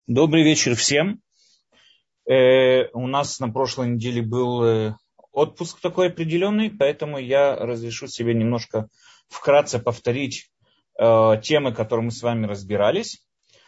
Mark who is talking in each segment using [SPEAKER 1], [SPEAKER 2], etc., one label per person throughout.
[SPEAKER 1] Добрый вечер всем. У нас на прошлой неделе был отпуск такой определенный, поэтому я разрешу себе немножко вкратце повторить темы, которые мы с вами разбирались.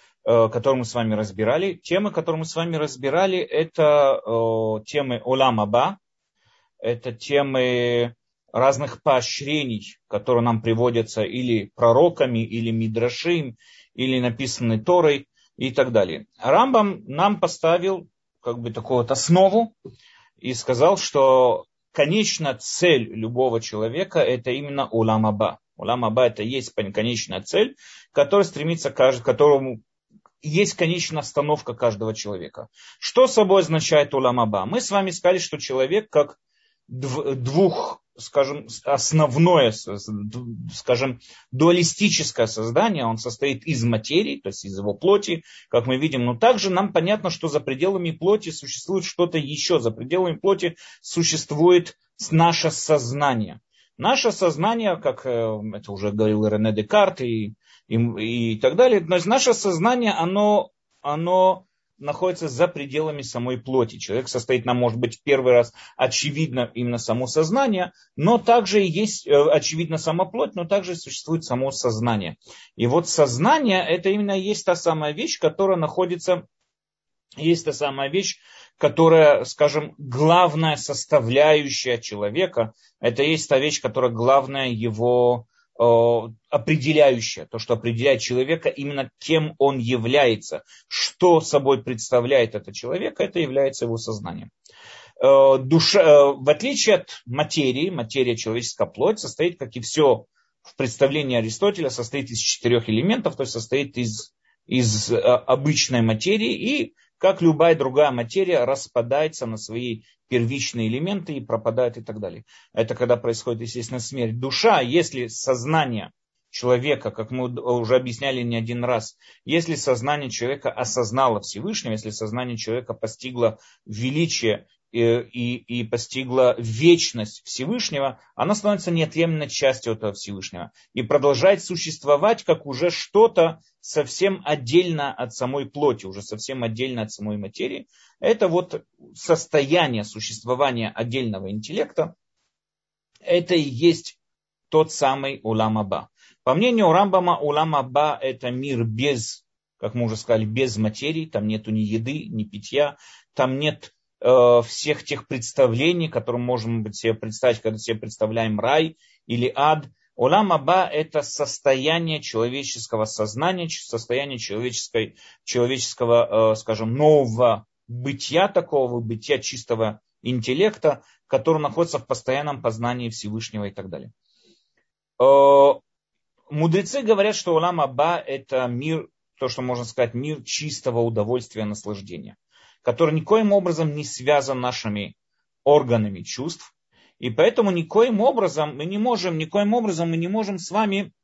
[SPEAKER 1] Темы, которые мы с вами разбирали, это темы Олам Аба, это темы разных поощрений, которые нам приводятся или пророками, или мидрашим, или написаны Торой и так далее. Рамбам нам поставил такую вот основу и сказал, что конечная цель любого человека это именно Улам Аба. Улам Аба это есть конечная цель, которая стремится которому есть конечная остановка каждого человека. Что собой означает Улам Аба? Мы с вами сказали, что человек как основное, дуалистическое создание, он состоит из материи, то есть из его плоти, как мы видим, но также нам понятно, что за пределами плоти существует что-то еще, за пределами плоти существует наше сознание. Наше сознание, как это уже говорил Рене Декарт и так далее, то есть наше сознание, оно находится за пределами самой плоти. Человек состоит, может быть, в первый раз очевидно именно само сознание, но также есть очевидно сама плоть, но также существует само сознание. И вот сознание это именно есть та самая вещь, которая, скажем, главная составляющая человека. Это есть та вещь, которая главная его определяющее, то, что определяет человека именно кем он является, что собой представляет этот человек, это является его сознанием. Душа, в отличие от материя, человеческая плоть, состоит, как и все в представлении Аристотеля, состоит из 4 элементов, то есть состоит из обычной материи и, как любая другая материя, распадается на свои первичные элементы и пропадает и так далее. Это когда происходит, естественно, смерть. Душа, если сознание человека, как мы уже объясняли не один раз, если сознание человека осознало Всевышнего, если сознание человека постигло величие и постигла вечность Всевышнего, она становится неотъемлемой частью этого Всевышнего и продолжает существовать как уже что-то совсем отдельно от самой плоти, уже совсем отдельно от самой материи. Это вот состояние существования отдельного интеллекта, это и есть тот самый Улам Аба. По мнению Рамбама, Улам Аба это мир без, как мы уже сказали, без материи, там нету ни еды, ни питья, там нет всех тех представлений, которые можем себе представить, когда себе представляем рай или ад. Улам Аба это состояние человеческого сознания, состояние человеческого, скажем, нового бытия, такого бытия чистого интеллекта, который находится в постоянном познании Всевышнего и так далее. Мудрецы говорят, что Улам Аба это мир, то, что можно сказать, мир чистого удовольствия и наслаждения, который никоим образом не связан нашими органами чувств. И поэтому никоим образом мы не можем с вами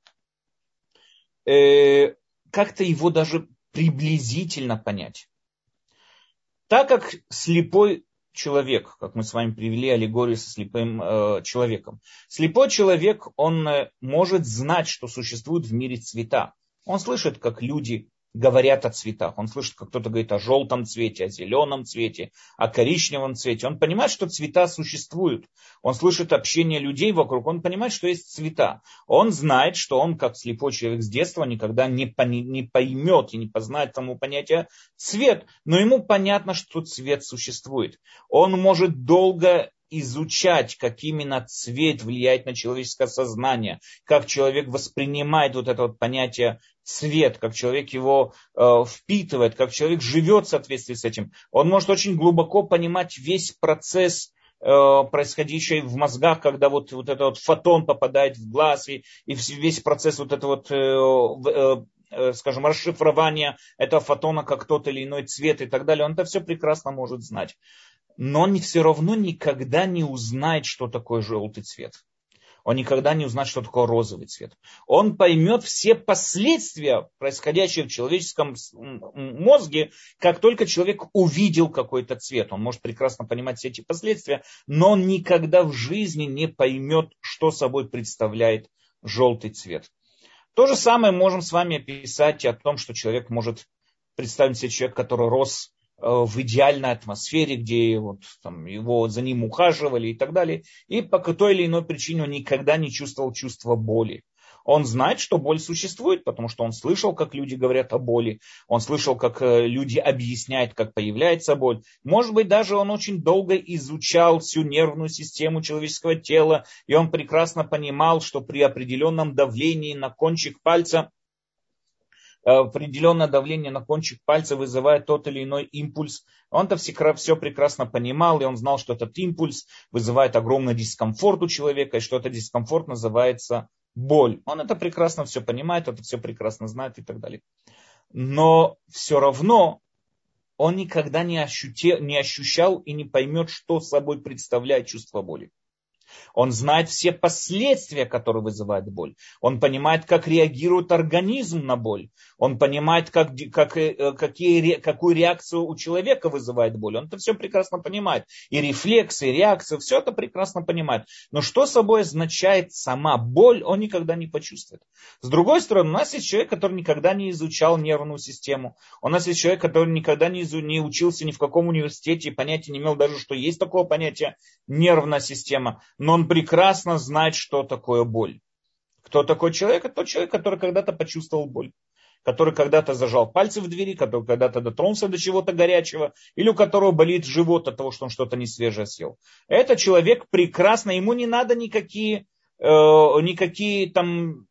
[SPEAKER 1] как-то его даже приблизительно понять. Так как слепой человек, как мы с вами привели аллегорию со слепым человеком. Слепой человек, он может знать, что существуют в мире цвета. Он слышит, как люди говорят о цветах. Он слышит, как кто-то говорит о желтом цвете, о зеленом цвете, о коричневом цвете. Он понимает, что цвета существуют. Он слышит общение людей вокруг. Он понимает, что есть цвета. Он знает, что он, как слепой человек с детства, никогда не поймет и не познает само понятие цвет. Но ему понятно, что цвет существует. Он может долго изучать, как именно цвет влияет на человеческое сознание, как человек воспринимает вот это вот понятие цвет, как человек его впитывает, как человек живет в соответствии с этим. Он может очень глубоко понимать весь процесс, происходящий в мозгах, когда вот этот вот фотон попадает в глаз, и весь процесс вот этого вот скажем, расшифрования этого фотона как тот или иной цвет и так далее. Он это все прекрасно может знать. Но он все равно никогда не узнает, что такое желтый цвет. Он никогда не узнает, что такое розовый цвет. Он поймет все последствия, происходящие в человеческом мозге, как только человек увидел какой-то цвет. Он может прекрасно понимать все эти последствия, но он никогда в жизни не поймет, что собой представляет желтый цвет. То же самое можем с вами описать и о том, что человек может представим себе человека, который рос в идеальной атмосфере, где вот, там, за ним ухаживали и так далее. И по той или иной причине он никогда не чувствовал чувства боли. Он знает, что боль существует, потому что он слышал, как люди говорят о боли. Он слышал, как люди объясняют, как появляется боль. Может быть, даже он очень долго изучал всю нервную систему человеческого тела. И он прекрасно понимал, что при определенном давлении на кончик пальца определенное давление на кончик пальца вызывает тот или иной импульс. Он-то все прекрасно понимал, и он знал, что этот импульс вызывает огромный дискомфорт у человека, и что этот дискомфорт называется боль. Он это прекрасно все понимает, это все прекрасно знает и так далее. Но все равно он никогда не ощущал и не поймет, что собой представляет чувство боли. Он знает все последствия, которые вызывают боль. Он понимает, как реагирует организм на боль. Он понимает, какую реакцию у человека вызывает боль. Он это все прекрасно понимает. И рефлексы, и реакции, все это прекрасно понимает. Но что собой означает сама боль, он никогда не почувствует. С другой стороны, у нас есть человек, который никогда не изучал нервную систему. У нас есть человек, который никогда не учился ни в каком университете, и понятия не имел даже, что есть такое понятие нервная система. Но он прекрасно знает, что такое боль. Кто такой человек? Это тот человек, который когда-то почувствовал боль. Который когда-то зажал пальцы в двери, который когда-то дотронулся до чего-то горячего, или у которого болит живот от того, что он что-то несвежее съел. Этот человек прекрасно, ему не надо никакие там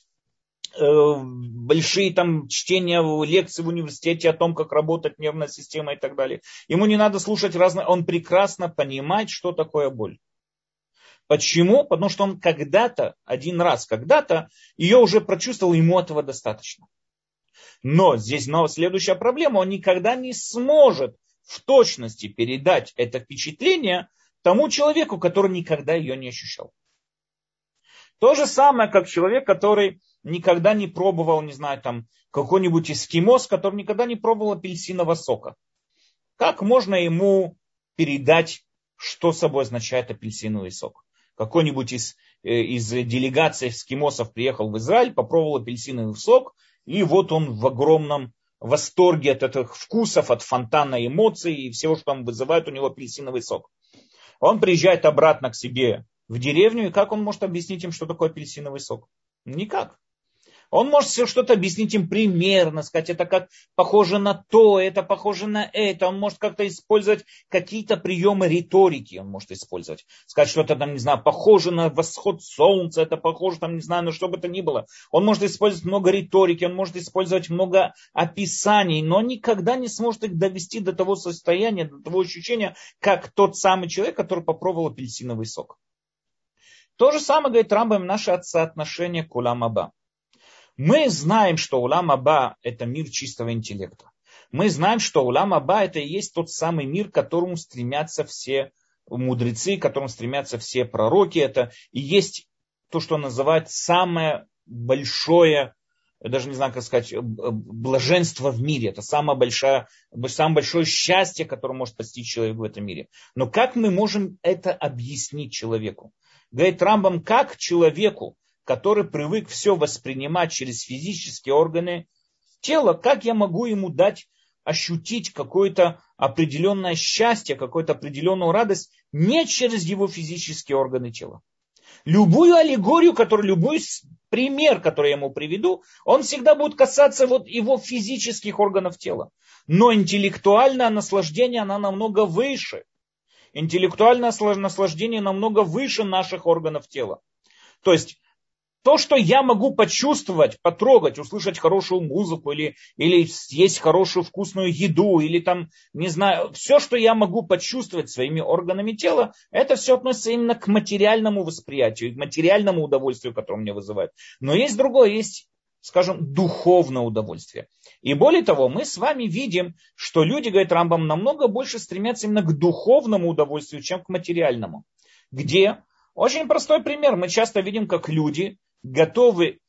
[SPEAKER 1] большие там чтения лекций в университете о том, как работает нервная система и так далее. Ему не надо слушать разные, он прекрасно понимает, что такое боль. Почему? Потому что он один раз когда-то ее уже прочувствовал, ему этого достаточно. Но здесь следующая проблема, он никогда не сможет в точности передать это впечатление тому человеку, который никогда ее не ощущал. То же самое, как человек, который никогда не пробовал, не знаю, там какой-нибудь эскимос, который никогда не пробовал апельсинового сока. Как можно ему передать, что собой означает апельсиновый сок? Какой-нибудь из делегаций эскимосов приехал в Израиль, попробовал апельсиновый сок, и вот он в огромном восторге от этих вкусов, от фонтана эмоций и всего, что там вызывает у него апельсиновый сок. Он приезжает обратно к себе в деревню, и как он может объяснить им, что такое апельсиновый сок? Никак. Он может все что-то объяснить им примерно, сказать, это как похоже на то, это похоже на это. Он может как-то использовать какие-то приемы риторики, он может использовать. Сказать, что это там, не знаю, похоже на восход солнца, это похоже там, не знаю, на что бы то ни было. Он может использовать много риторики, он может использовать много описаний, но никогда не сможет их довести до того состояния, до того ощущения, как тот самый человек, который попробовал апельсиновый сок. То же самое, говорит Рамбам, наше соотношение к улам аба. Мы знаем, что улам аба – это мир чистого интеллекта. Мы знаем, что улам аба – это и есть тот самый мир, к которому стремятся все мудрецы, к которому стремятся все пророки. Это и есть то, что называют самое большое, я даже не знаю, как сказать, блаженство в мире. Это самое большое счастье, которое может постичь человек в этом мире. Но как мы можем это объяснить человеку? Говорит Рамбам, как человеку, который привык все воспринимать через физические органы тела, как я могу ему дать ощутить какое-то определенное счастье, какую-то определенную радость не через его физические органы тела. Любую аллегорию, любой пример, который я ему приведу, он всегда будет касаться его физических органов тела. Но интеллектуальное наслаждение, оно намного выше. Интеллектуальное наслаждение намного выше наших органов тела. То есть, то, что я могу почувствовать, потрогать, услышать хорошую музыку, или съесть хорошую вкусную еду, или там, не знаю, все, что я могу почувствовать своими органами тела, это все относится именно к материальному восприятию, к материальному удовольствию, которое мне вызывает. Но есть другое, есть, скажем, духовное удовольствие. И более того, мы с вами видим, что люди, говорит Рамбам, намного больше стремятся именно к духовному удовольствию, чем к материальному. Где? Очень простой пример. Мы часто видим, как люди готовы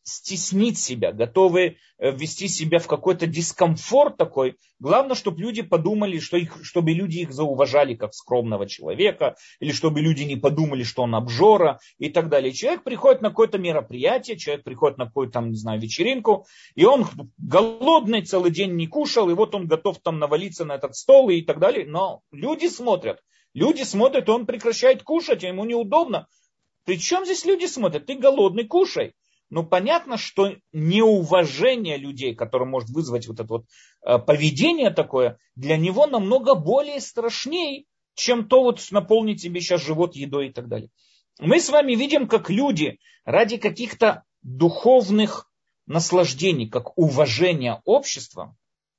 [SPEAKER 1] стеснить себя, готовы ввести себя в какой-то дискомфорт такой. Главное, чтобы люди подумали, чтобы люди их зауважали как скромного человека, или чтобы люди не подумали, что он обжора и так далее. Человек приходит на какое-то мероприятие, человек приходит на какую-то, там, не знаю, вечеринку, и он голодный, целый день не кушал, и вот он готов там навалиться на этот стол и так далее. Но люди смотрят, и он прекращает кушать, а ему неудобно. Причем здесь люди смотрят, ты голодный, кушай. Ну, понятно, что неуважение людей, которое может вызвать вот это вот поведение такое, для него намного более страшнее, чем то вот наполнить себе сейчас живот едой и так далее. Мы с вами видим, как люди ради каких-то духовных наслаждений, как уважения общества,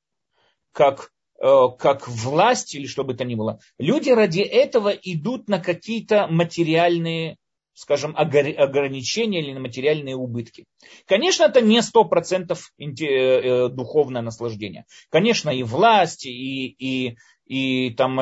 [SPEAKER 1] как власть или что бы то ни было, люди ради этого идут на какие-то материальные, скажем, ограничения или на материальные убытки. Конечно, это не 100% духовное наслаждение. Конечно, и власть, и там,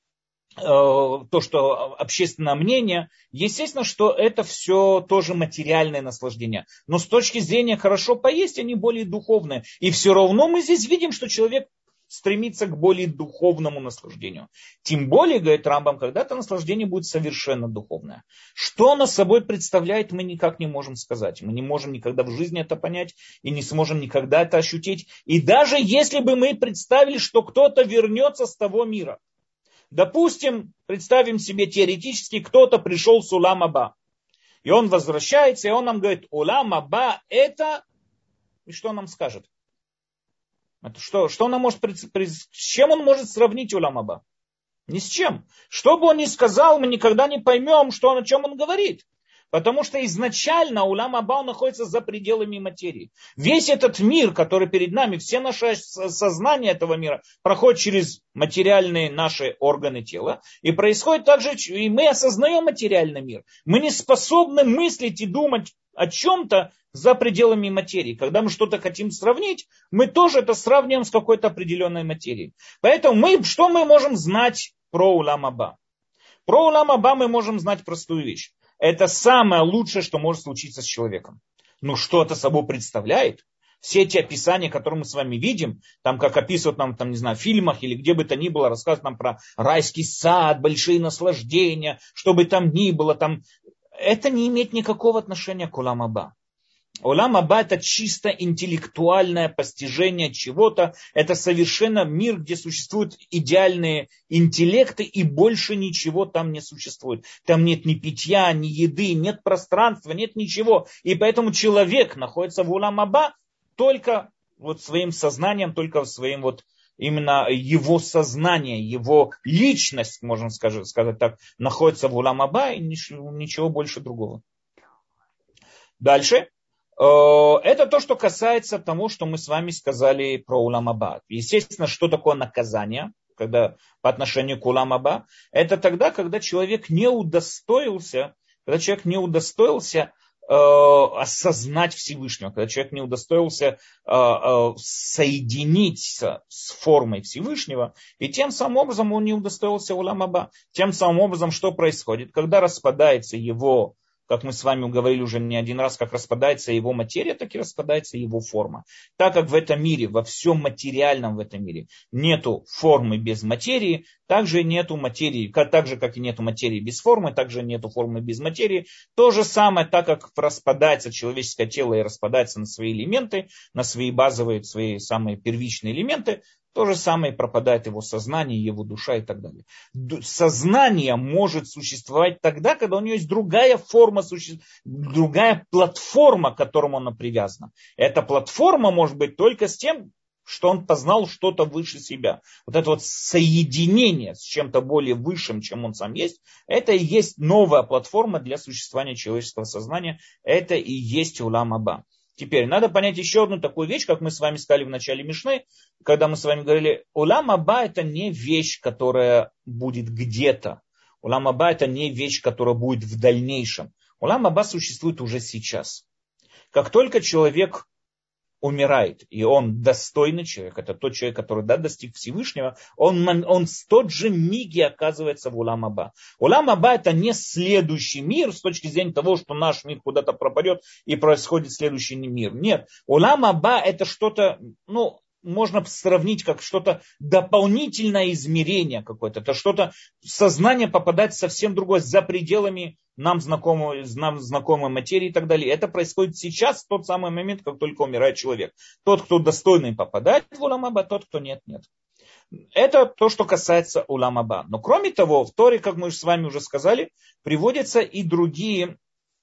[SPEAKER 1] то, что общественное мнение, естественно, что это все тоже материальное наслаждение. Но с точки зрения хорошо поесть, они более духовные. И все равно мы здесь видим, что человек стремится к более духовному наслаждению. Тем более, говорит Рамбам, когда это наслаждение будет совершенно духовное. Что оно собой представляет, мы никак не можем сказать. Мы не можем никогда в жизни это понять и не сможем никогда это ощутить. И даже если бы мы представили, что кто-то вернется с того мира. Допустим, представим себе теоретически, кто-то пришел с Улам Аба. И он возвращается, и он нам говорит, Улам Аба это... И что он нам скажет? Что он может, с чем он может сравнить Улам Аба? Ни с чем. Что бы он ни сказал, мы никогда не поймем, о чем он говорит. Потому что изначально Улам Аба находится за пределами материи. Весь этот мир, который перед нами, все наше сознание этого мира проходит через материальные наши органы тела. И происходит также, и мы осознаем материальный мир. Мы не способны мыслить и думать о чем-то за пределами материи. Когда мы что-то хотим сравнить, мы тоже это сравниваем с какой-то определенной материей. Поэтому что мы можем знать про Улам Аба? Про Улам Аба мы можем знать простую вещь. Это самое лучшее, что может случиться с человеком. Ну, что это собой представляет? Все эти описания, которые мы с вами видим, там, как описывают нам, там, не знаю, в фильмах или где бы то ни было, рассказывают нам про райский сад, большие наслаждения, что бы там ни было, там, это не имеет никакого отношения к Улам Аба. Улам Аба это чисто интеллектуальное постижение чего-то. Это совершенно мир, где существуют идеальные интеллекты и больше ничего там не существует. Там нет ни питья, ни еды, нет пространства, нет ничего. И поэтому человек находится в Улам Аба только вот своим сознанием, только своим вот именно его сознание, его личность, можно сказать так, находится в Улам Аба и ничего больше другого. Дальше. Это то, что касается того, что мы с вами сказали про Улам Аба. Естественно, что такое наказание по отношению к Улам Аба? Это тогда, когда человек не удостоился осознать Всевышнего, когда человек не удостоился соединиться с формой Всевышнего, и тем самым образом он не удостоился Улам Аба. Тем самым образом, что происходит? Когда распадается его, как мы с вами говорили уже не один раз, как распадается его материя, так и распадается его форма. Так как в этом мире, во всем материальном в этом мире, нету формы без материи, также нету материи, так же, как и нету материи без формы, также нету формы без материи. То же самое, так как распадается человеческое тело и распадается на свои элементы, на свои базовые, свои самые первичные элементы, то же самое пропадает его сознание, его душа и так далее. Сознание может существовать тогда, когда у него есть другая форма, другая платформа, к которому оно привязано. Эта платформа может быть только с тем, что он познал что-то выше себя. Вот это вот соединение с чем-то более высшим, чем он сам есть, это и есть новая платформа для существования человеческого сознания. Это и есть Улам Аба. Теперь надо понять еще одну такую вещь, как мы с вами сказали в начале Мишны, когда мы с вами говорили, Улам Аба это не вещь, которая будет где-то. Улам Аба это не вещь, которая будет в дальнейшем. Улам Аба существует уже сейчас. Как только человек умирает, и он достойный человек, это тот человек, который достиг Всевышнего, он в тот же миге оказывается в Улам Аба. Улам Аба это не следующий мир с точки зрения того, что наш мир куда-то пропадет и происходит следующий мир. Нет, Улам Аба это что-то, можно сравнить как что-то дополнительное измерение какое-то. Это что-то, сознание попадает совсем другое, за пределами нам знакомой материи и так далее. Это происходит сейчас, в тот самый момент, как только умирает человек. Тот, кто достойный, попадает в Улам Аба, тот, кто нет, нет. Это то, что касается Улам Аба. Но кроме того, в Торе, как мы с вами уже сказали, приводятся и другие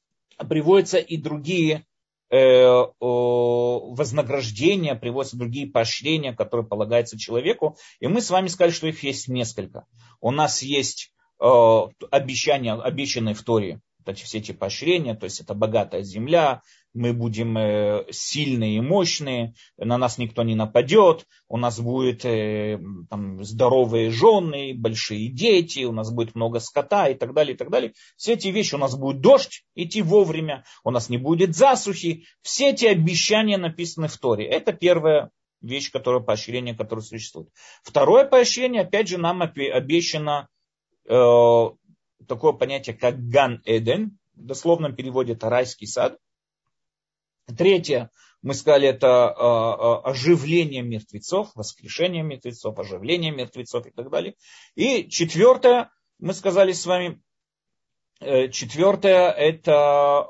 [SPEAKER 1] вознаграждения, приводятся другие поощрения, которые полагаются человеку. И мы с вами сказали, что их есть несколько. У нас есть обещания, обещанные в Торе, все эти поощрения, то есть это богатая земля, мы будем сильные и мощные, на нас никто не нападет, у нас будут здоровые жены, большие дети, у нас будет много скота и так далее, и так далее. Все эти вещи, у нас будет дождь идти вовремя, у нас не будет засухи. Все эти обещания написаны в Торе. Это первая вещь, поощрение, которое существует. Второе поощрение, опять же, нам обещано такое понятие, как Ган-Эден. В дословном переводе это райский сад. Третье, мы сказали, это оживление мертвецов, воскрешение мертвецов, оживление мертвецов и так далее. И четвертое, мы сказали с вами, четвертое, это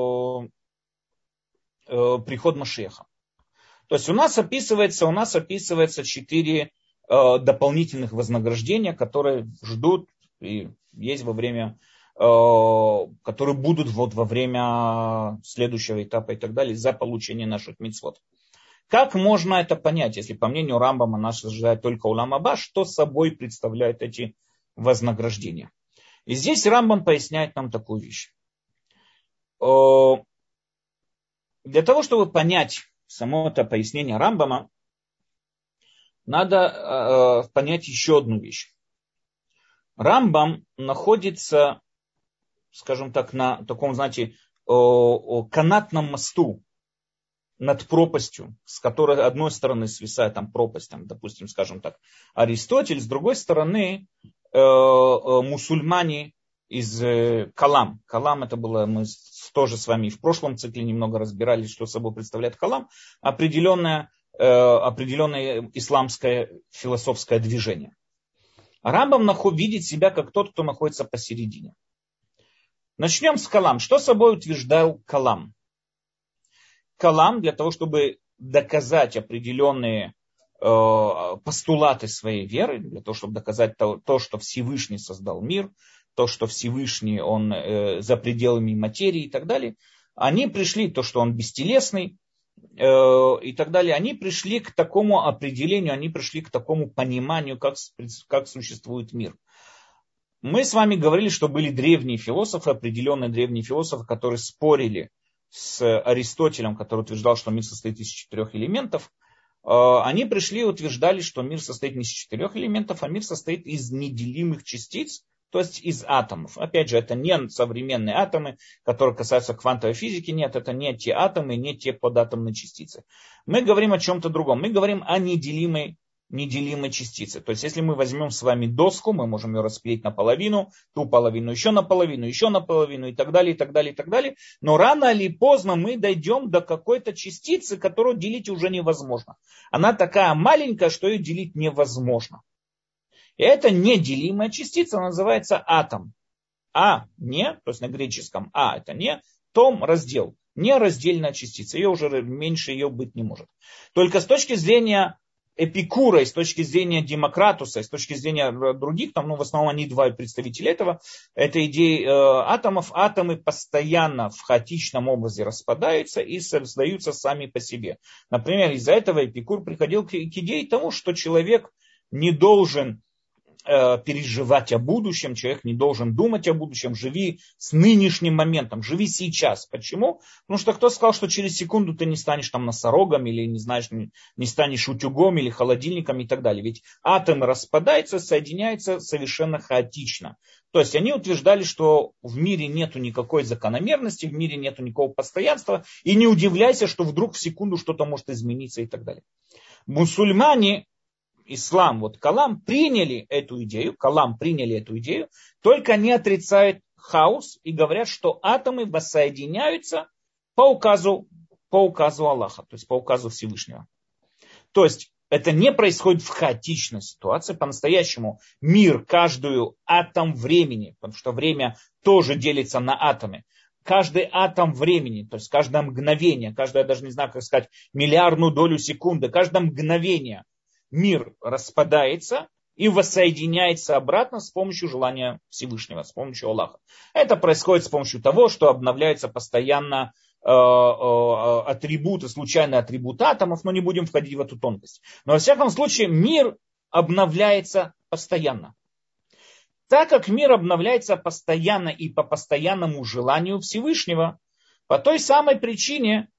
[SPEAKER 1] приход Машиаха. То есть у нас описывается 4 дополнительных вознаграждения, которые ждут и есть которые будут во время следующего этапа и так далее, за получение наших мицвот. Как можно это понять, если по мнению Рамбама нас ожидает только Улам Аба, что собой представляют эти вознаграждения? И здесь Рамбам поясняет нам такую вещь. Для того, чтобы понять само это пояснение Рамбама, надо понять еще одну вещь. Рамбам находится, скажем так, на таком, знаете, канатном мосту над пропастью, с которой одной стороны свисает там пропасть, допустим, скажем так, Аристотель, с другой стороны мусульмане из Калам. Калам это было, мы тоже с вами в прошлом цикле немного разбирали, что собой представляет Калам, определенное исламское философское движение. Рамбам видит себя как тот, кто находится посередине. Начнем с Калам. Что собой утверждал Калам? Калам для того, чтобы доказать определенные постулаты своей веры, для того, чтобы доказать то, что Всевышний создал мир, то, что Всевышний, он за пределами материи и так далее, они пришли, то, что он бестелесный, и так далее, они пришли к такому определению, они пришли к такому пониманию, как существует мир. Мы с вами говорили, что были древние философы, определенные древние философы, которые спорили с Аристотелем, который утверждал, что мир состоит из 4 элементов. Они пришли и утверждали, что мир состоит не из 4 элементов, а мир состоит из неделимых частиц, то есть из атомов. Опять же, это не современные атомы, которые касаются квантовой физики. Нет, это не те атомы, не те податомные частицы. Мы говорим о чем-то другом. Мы говорим о неделимой частице. То есть, если мы возьмем с вами доску, мы можем ее распилить наполовину, ту половину еще наполовину и так далее, и так далее, и так далее. Но рано или поздно мы дойдем до какой-то частицы, которую делить уже невозможно. Она такая маленькая, что ее делить невозможно. И это неделимая частица, она называется атом. То есть на греческом это не, том раздел. Нераздельная частица, меньше ее быть не может. Только с точки зрения Эпикура, и с точки зрения Демократуса, и с точки зрения других, в основном они 2 представителя этой идеи атомов, атомы постоянно в хаотичном образе распадаются и создаются сами по себе. Например, из-за этого Эпикур приходил к идее тому, что человек не должен переживать о будущем, человек не должен думать о будущем, живи с нынешним моментом, живи сейчас. Почему? Потому что кто сказал, что через секунду ты не станешь там носорогом, или не знаешь, не станешь утюгом, или холодильником и так далее. Ведь атомы распадаются, соединяются совершенно хаотично. То есть они утверждали, что в мире нету никакой закономерности, в мире нету никакого постоянства, и не удивляйся, что вдруг в секунду что-то может измениться и так далее. Мусульмане, ислам, вот Калам приняли эту идею, только они отрицают хаос и говорят, что атомы воссоединяются по указу Аллаха, то есть по указу Всевышнего. То есть это не происходит в хаотичной ситуации, по-настоящему мир, каждый атом времени, потому что время тоже делится на атомы. Каждый атом времени, то есть каждое мгновение, каждое, я даже не знаю, как сказать, миллиардную долю секунды, каждое мгновение мир распадается и воссоединяется обратно с помощью желания Всевышнего, с помощью Аллаха. Это происходит с помощью того, что обновляются постоянно атрибуты, случайные атрибуты атомов, но не будем входить в эту тонкость. Но во всяком случае мир обновляется постоянно. Так как мир обновляется постоянно и по постоянному желанию Всевышнего, по той самой причине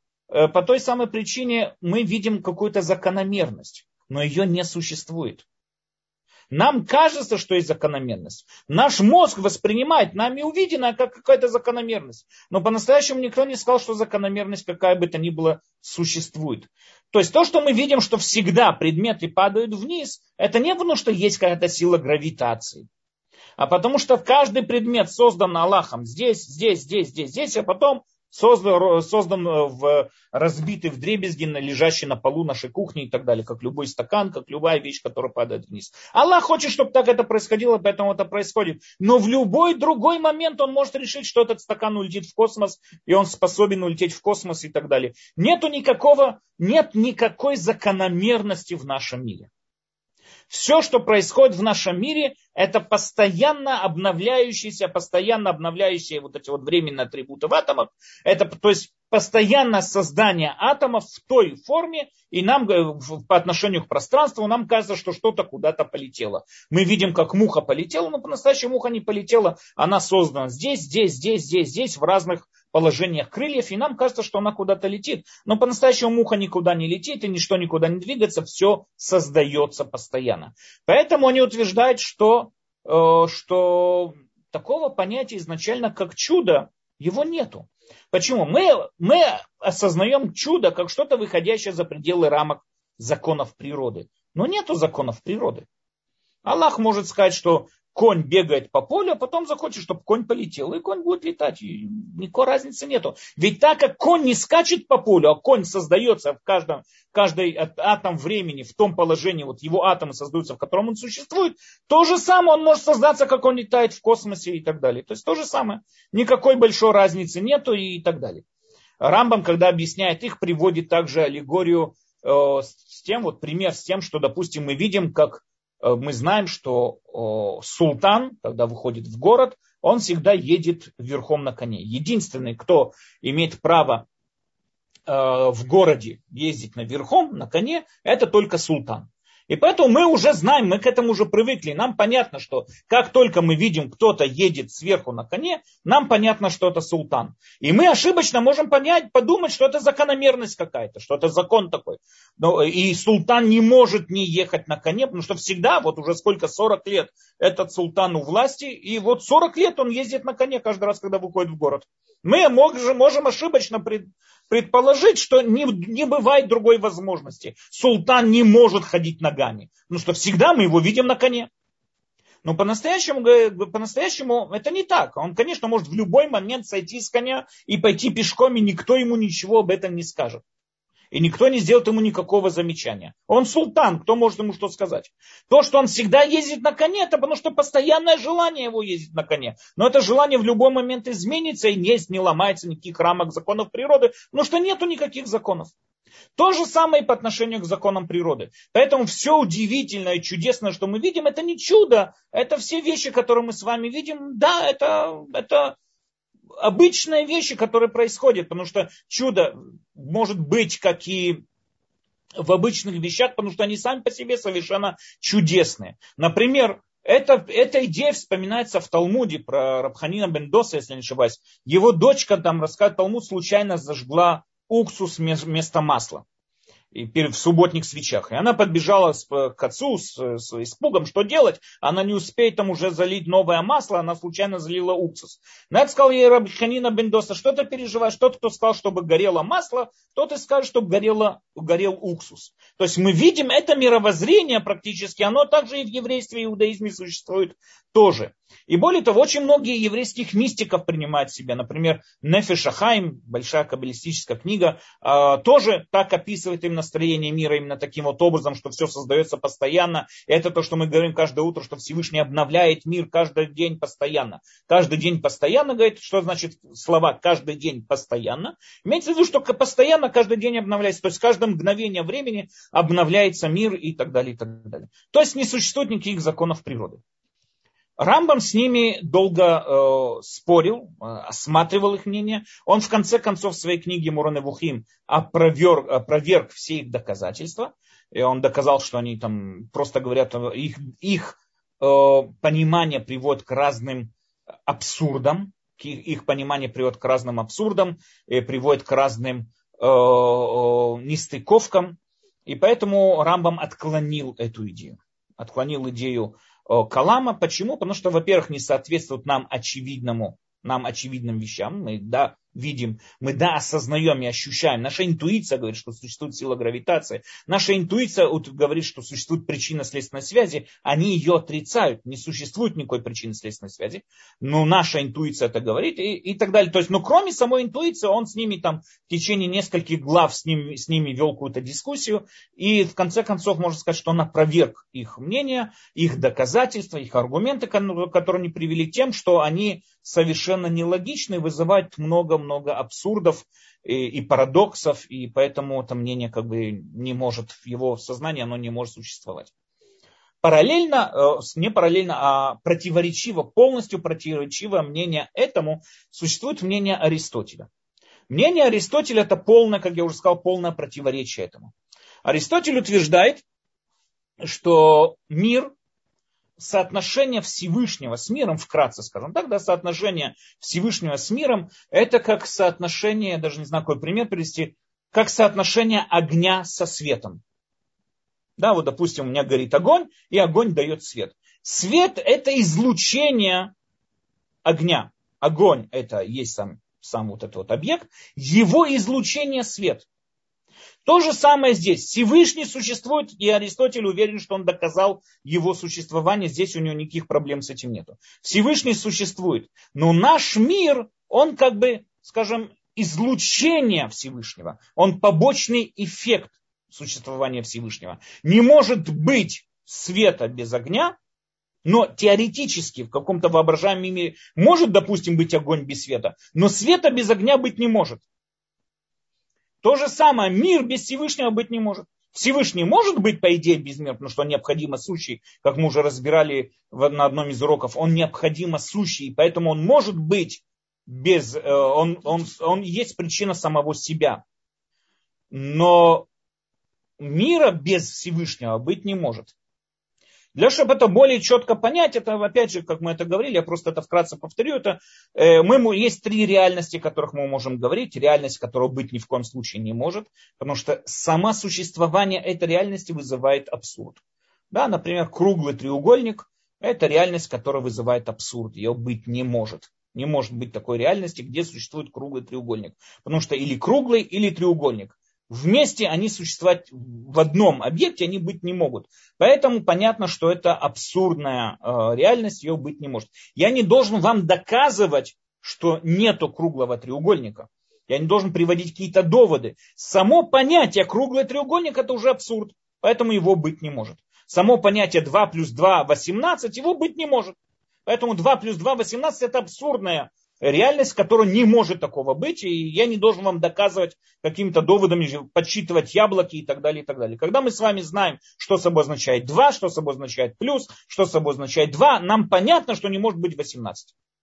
[SPEAKER 1] мы видим какую-то закономерность, но ее не существует. Нам кажется, что есть закономерность. Наш мозг воспринимает нами увиденное как какая-то закономерность. Но по-настоящему никто не сказал, что закономерность какая бы то ни была существует. То есть то, что мы видим, что всегда предметы падают вниз, это не потому, что есть какая-то сила гравитации. А потому что каждый предмет создан Аллахом здесь, а потом создан разбитый вдребезги, лежащий на полу нашей кухни и так далее, как любой стакан, как любая вещь, которая падает вниз. Аллах хочет, чтобы так это происходило, поэтому это происходит. Но в любой другой момент он может решить, что этот стакан улетит в космос, и он способен улететь в космос и так далее. Нет никакой закономерности в нашем мире. Все, что происходит в нашем мире, это постоянно обновляющиеся вот эти вот временные атрибуты в атомах. Это, то есть, постоянное создание атомов в той форме, и нам по отношению к пространству нам кажется, что что-то куда-то полетело. Мы видим, как муха полетела, но по-настоящему муха не полетела, она создана здесь, в разных положениях крыльев, и нам кажется, что она куда-то летит. Но по-настоящему муха никуда не летит, и ничто никуда не двигается, все создается постоянно. Поэтому они утверждают, что такого понятия изначально как чудо, его нету. Почему? Мы осознаем чудо как что-то выходящее за пределы рамок законов природы. Но нету законов природы. Аллах может сказать, что конь бегает по полю, а потом захочет, чтобы конь полетел, и конь будет летать. И никакой разницы нету. Ведь так как конь не скачет по полю, а конь создается в каждый атом времени, в том положении, вот его атомы создаются, в котором он существует, то же самое он может создаться, как он летает в космосе и так далее. То есть то же самое. Никакой большой разницы нету и так далее. Рамбам, когда объясняет их, приводит также аллегорию с тем, вот пример с тем, что, допустим, мы видим, как мы знаем, что султан, когда выходит в город, он всегда едет верхом на коне. Единственный, кто имеет право в городе ездить верхом на коне, это только султан. И поэтому мы уже знаем, мы к этому уже привыкли. Нам понятно, что как только мы видим, кто-то едет сверху на коне, нам понятно, что это султан. И мы ошибочно можем подумать, что это закономерность какая-то, что это закон такой. И султан не может не ехать на коне, потому что всегда, вот уже сколько, 40 лет, этот султан у власти, и вот 40 лет он ездит на коне каждый раз, когда выходит в город. Мы можем ошибочно предположить, что не бывает другой возможности. Султан не может ходить ногами. Ну что всегда мы его видим на коне. Но по-настоящему это не так. Он, конечно, может в любой момент сойти с коня и пойти пешком, и никто ему ничего об этом не скажет. И никто не сделает ему никакого замечания. Он султан, кто может ему что сказать? То, что он всегда ездит на коне, это потому что постоянное желание его ездить на коне. Но это желание в любой момент изменится и не ломается никаких рамок законов природы, потому что нету никаких законов. То же самое и по отношению к законам природы. Поэтому все удивительное и чудесное, что мы видим, это не чудо. Это все вещи, которые мы с вами видим. Да, это обычные вещи, которые происходят, потому что чудо может быть, как и в обычных вещах, потому что они сами по себе совершенно чудесные. Например, Эта идея вспоминается в Талмуде про Рабби Ханина бен Доса, если не ошибаюсь. Его дочка, там рассказывает Талмуд, случайно зажгла уксус вместо масла и в субботних свечах. И она подбежала к отцу с испугом, что делать. Она не успеет там уже залить новое масло, она случайно залила уксус. На это сказал ей Рабби Ханина бен Доса: что ты переживаешь? Тот, кто сказал, чтобы горело масло, тот и скажет, чтобы горел уксус. То есть мы видим, это мировоззрение практически, оно также и в еврействе и иудаизме существует тоже. И более того, очень многие еврейских мистиков принимают в себя. Например, Нефеш Ахаим, большая каббалистическая книга, тоже так описывает именно строение мира именно таким вот образом, что все создается постоянно. И это то, что мы говорим каждое утро, что Всевышний обновляет мир каждый день постоянно. Каждый день постоянно, говорит, что значит слова «каждый день постоянно». Имеется в виду, что постоянно каждый день обновляется. То есть каждое мгновение времени обновляется мир и так далее, и так далее. То есть не существует никаких законов природы. Рамбам с ними долго спорил, осматривал их мнение. Он в конце концов в своей книге Мора Невухим опроверг все их доказательства. И он доказал, что они там просто говорят, их понимание приводит к разным абсурдам. Их понимание приводит к разным абсурдам, приводит к разным нестыковкам. И поэтому Рамбам отклонил эту идею. Отклонил идею Калама. Почему? Потому что, во-первых, не соответствует нам очевидным вещам. Мы видим, мы осознаем и ощущаем. Наша интуиция говорит, что существует сила гравитации. Наша интуиция говорит, что существует причинно-следственной связи. Они ее отрицают. Не существует никакой причинно-следственной связи. Но наша интуиция это говорит и так далее. То есть, кроме самой интуиции, он с ними там в течение нескольких глав с ними вел какую-то дискуссию. И в конце концов можно сказать, что он опроверг их мнение, их доказательства, их аргументы, которые они привели тем, что они совершенно нелогичны, вызывают много абсурдов и парадоксов, и поэтому это мнение не может, в его сознании оно не может существовать. Не параллельно, а полностью противоречиво мнение этому существует мнение Аристотеля. Мнение Аристотеля это полное, как я уже сказал, полное противоречие этому. Аристотель утверждает, что мир, соотношение Всевышнего с миром, вкратце скажем так, соотношение Всевышнего с миром, это как соотношение, даже не знаю, какой пример привести, как соотношение огня со светом. Допустим, у меня горит огонь, и огонь дает свет. Свет это излучение огня. Огонь это есть сам вот этот вот объект, его излучение свет. То же самое здесь. Всевышний существует, и Аристотель уверен, что он доказал его существование. Здесь у него никаких проблем с этим нету. Всевышний существует. Но наш мир, он скажем, излучение Всевышнего. Он побочный эффект существования Всевышнего. Не может быть света без огня, но теоретически в каком-то воображаемом мире может, допустим, быть огонь без света. Но света без огня быть не может. То же самое, мир без Всевышнего быть не может. Всевышний может быть, по идее, без мира, потому что он необходимо сущий, как мы уже разбирали на одном из уроков, он необходимо сущий, и поэтому он может быть без, он есть причина самого себя. Но мира без Всевышнего быть не может. Чтобы это более четко понять, это опять же, как мы это говорили, я просто это вкратце повторю, есть три реальности, о которых мы можем говорить. Реальность, которая быть ни в коем случае не может, потому что само существование этой реальности вызывает абсурд. Например, круглый треугольник – это реальность, которая вызывает абсурд, ее быть не может. Не может быть такой реальности, где существует круглый треугольник. Потому что или круглый, или треугольник. Вместе они существовать в одном объекте, они быть не могут. Поэтому понятно, что это абсурдная реальность, ее быть не может. Я не должен вам доказывать, что нету круглого треугольника. Я не должен приводить какие-то доводы. Само понятие круглый треугольник это уже абсурд, поэтому его быть не может. Само понятие 2 плюс 2 18 его быть не может. Поэтому 2 плюс 2 18 это абсурдная реальность, которая не может такого быть, и я не должен вам доказывать какими-то доводами, подсчитывать яблоки и так далее, и так далее. Когда мы с вами знаем, что собой означает 2, что собой означает плюс, что собой означает 2, нам понятно, что не может быть 18.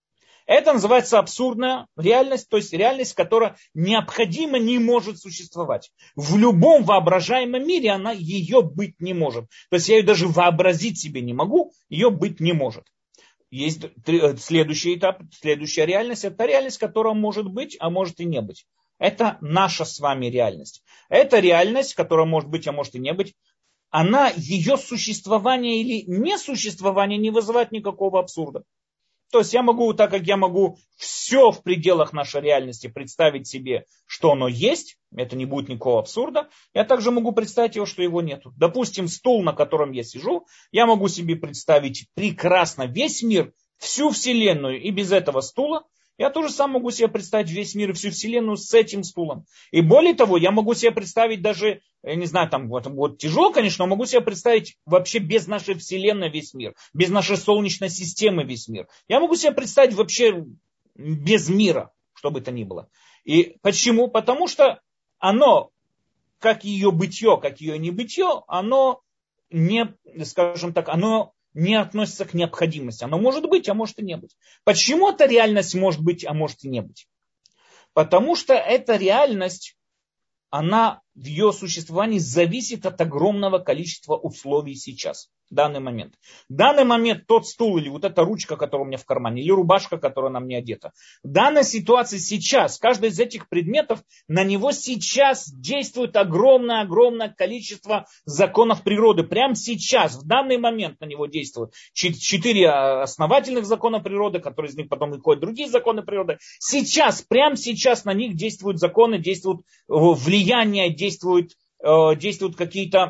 [SPEAKER 1] Это называется абсурдная реальность, то есть реальность, которая необходимо не может существовать. В любом воображаемом мире она ее быть не может. То есть я ее даже вообразить себе не могу, ее быть не может. Есть следующий этап, следующая реальность, это реальность, которая может быть, а может и не быть. Это наша с вами реальность. Это реальность, которая может быть, а может и не быть. Она, ее существование или несуществование не вызывает никакого абсурда. То есть я могу, так как я могу все в пределах нашей реальности представить себе, что оно есть, это не будет никакого абсурда, я также могу представить его, что его нет. Допустим, стул, на котором я сижу, я могу себе представить прекрасно весь мир, всю Вселенную и без этого стула. Я тоже сам могу себе представить весь мир и всю Вселенную с этим стулом. И более того, я могу себе представить даже, я не знаю, там вот тяжело, конечно, но могу себе представить вообще без нашей Вселенной весь мир, без нашей Солнечной системы весь мир. Я могу себе представить вообще без мира, что бы то ни было. И почему? Потому что оно, как ее бытие, как ее небытие, оно не, скажем так, оно не относится к необходимости. Оно может быть, а может и не быть. Почему эта реальность может быть, а может и не быть? Потому что эта реальность, она в ее существовании зависит от огромного количества условий сейчас, в данный момент. В данный момент тот стул или вот эта ручка, которая у меня в кармане, или рубашка, которая на мне одета. В данной ситуации сейчас, каждый из этих предметов, на него сейчас действует огромное количество законов природы. Прямо сейчас, в данный момент на него действуют 4 основательных закона природы, которые из них потом выходят другие законы природы. Сейчас, прямо сейчас на них действуют законы, действуют влияние, действуют какие-то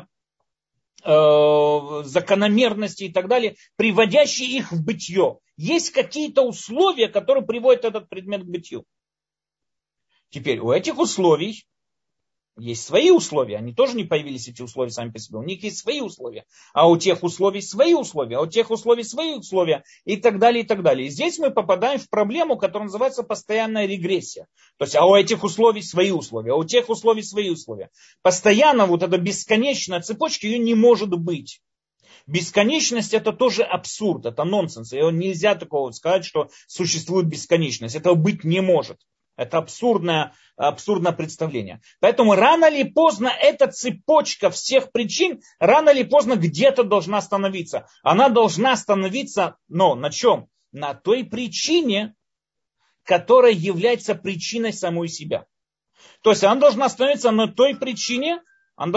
[SPEAKER 1] закономерности и так далее, приводящие их в бытие. Есть какие-то условия, которые приводят этот предмет к бытию. Теперь у этих условий есть свои условия. Они тоже не появились, эти условия, сами по себе. У них есть свои условия. А у тех условий свои условия. А у тех условий свои условия. И так далее, и так далее. И здесь мы попадаем в проблему, которая называется постоянная регрессия. То есть, а у этих условий свои условия. А у тех условий свои условия. Постоянно вот эта бесконечная цепочка, ее не может быть. Бесконечность это тоже абсурд, это нонсенс. И нельзя такого сказать, что существует бесконечность. Этого быть не может. Это абсурдное представление. Поэтому рано или поздно эта цепочка всех причин, рано или поздно где-то должна остановиться. Она должна остановиться, но на чем? На той причине, которая является причиной самой себя. То есть она должна остановиться на той причине, у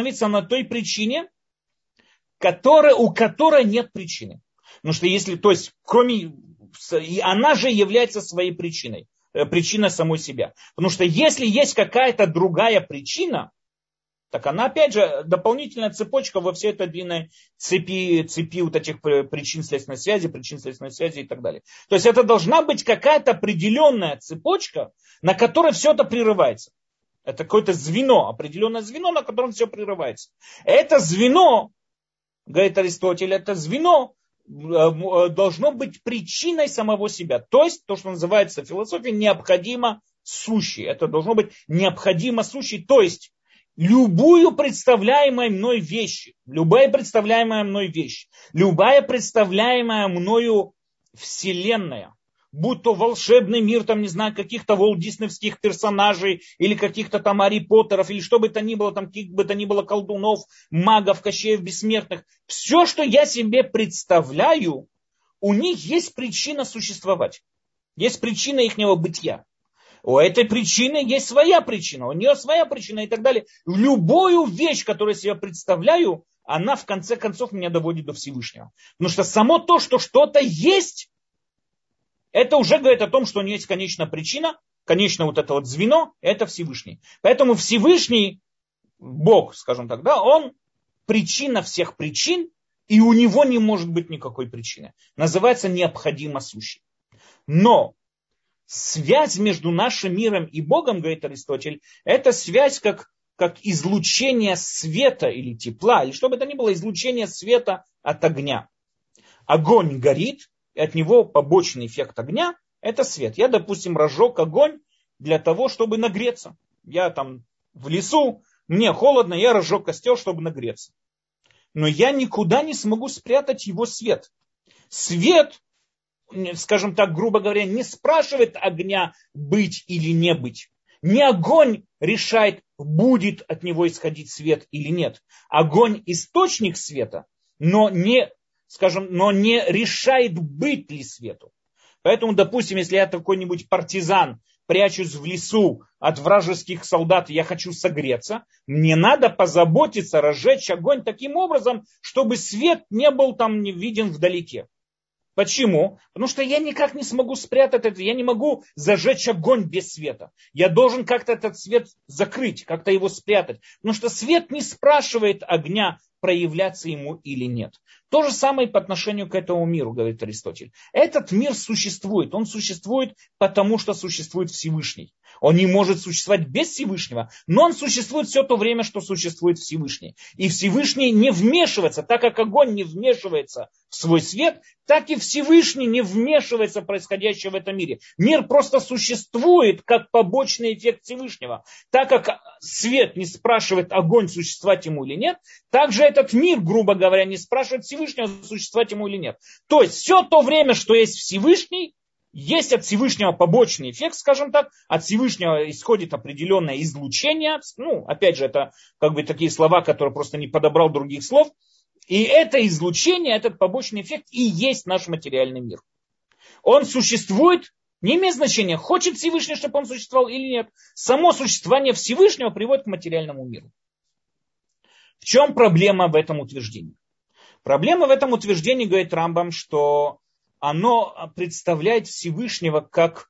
[SPEAKER 1] которой нет причины. Потому что если, то есть, она же является своей причиной самой себя. Потому что если есть какая-то другая причина, так она, опять же, дополнительная цепочка во всей этой длинной цепи вот этих причин следственной связи и так далее. То есть это должна быть какая-то определенная цепочка, на которой все это прерывается. Это какое-то звено, определенное звено, на котором все прерывается. Это звено, говорит Аристотель, это звено должно быть причиной самого себя. То есть, то, что называется в философии, необходимо сущий. Это должно быть необходимо сущий. То есть, любая представляемая мною вещь, любая представляемая мною вселенная, будь то волшебный мир, там, не знаю, каких-то волт-диснеевских персонажей, или каких-то там Гарри Поттеров, или что бы то ни было, там, каких бы то ни было колдунов, магов, кощеев, бессмертных. Все, что я себе представляю, у них есть причина существовать. Есть причина ихнего бытия. У этой причины есть своя причина, у нее своя причина и так далее. Любую вещь, которую я себе представляю, она в конце концов меня доводит до Всевышнего. Потому что само то, что что-то есть, это уже говорит о том, что у нее есть конечная причина, конечное вот это вот звено, это Всевышний. Поэтому Всевышний, Бог, скажем так, да, он причина всех причин, и у него не может быть никакой причины. Называется необходимо сущий. Но связь между нашим миром и Богом, говорит Аристотель, это связь как излучение света или тепла, или что бы это ни было, излучение света от огня. Огонь горит, и от него побочный эффект огня – это свет. Я, допустим, разжег огонь для того, чтобы нагреться. Я там в лесу, мне холодно, я разжег костер, чтобы нагреться. Но я никуда не смогу спрятать его свет. Свет, скажем так, грубо говоря, не спрашивает огня быть или не быть. Не огонь решает, будет от него исходить свет или нет. Огонь источник света, но не решает, быть ли свету. Поэтому, допустим, если я какой-нибудь партизан, прячусь в лесу от вражеских солдат, и я хочу согреться, мне надо позаботиться, разжечь огонь таким образом, чтобы свет не был там виден вдалеке. Почему? Потому что я никак не смогу спрятать это, я не могу зажечь огонь без света. Я должен как-то этот свет закрыть, как-то его спрятать. Потому что свет не спрашивает огня, проявляться ему или нет. То же самое и по отношению к этому миру, говорит Аристотель. Этот мир существует. Он существует, потому что существует Всевышний. Он не может существовать без Всевышнего, но он существует все то время, что существует Всевышний. И Всевышний не вмешивается, так как огонь не вмешивается в свой свет, так и Всевышний не вмешивается в происходящее в этом мире. Мир просто существует как побочный эффект Всевышнего. Так как свет не спрашивает огонь, существовать ему или нет, также этот мир, грубо говоря, не спрашивает Всевышнего, существовать ему или нет. То есть все то время, что есть Всевышний, есть от Всевышнего побочный эффект, скажем так, от Всевышнего исходит определенное излучение, опять же, это как бы такие слова, которые просто не подобрал других слов, и это излучение, этот побочный эффект и есть наш материальный мир. Он существует, не имеет значения, хочет Всевышний, чтобы он существовал или нет. Само существование Всевышнего приводит к материальному миру. В чем проблема в этом утверждении? Проблема в этом утверждении, говорит Рамбам, что оно представляет Всевышнего как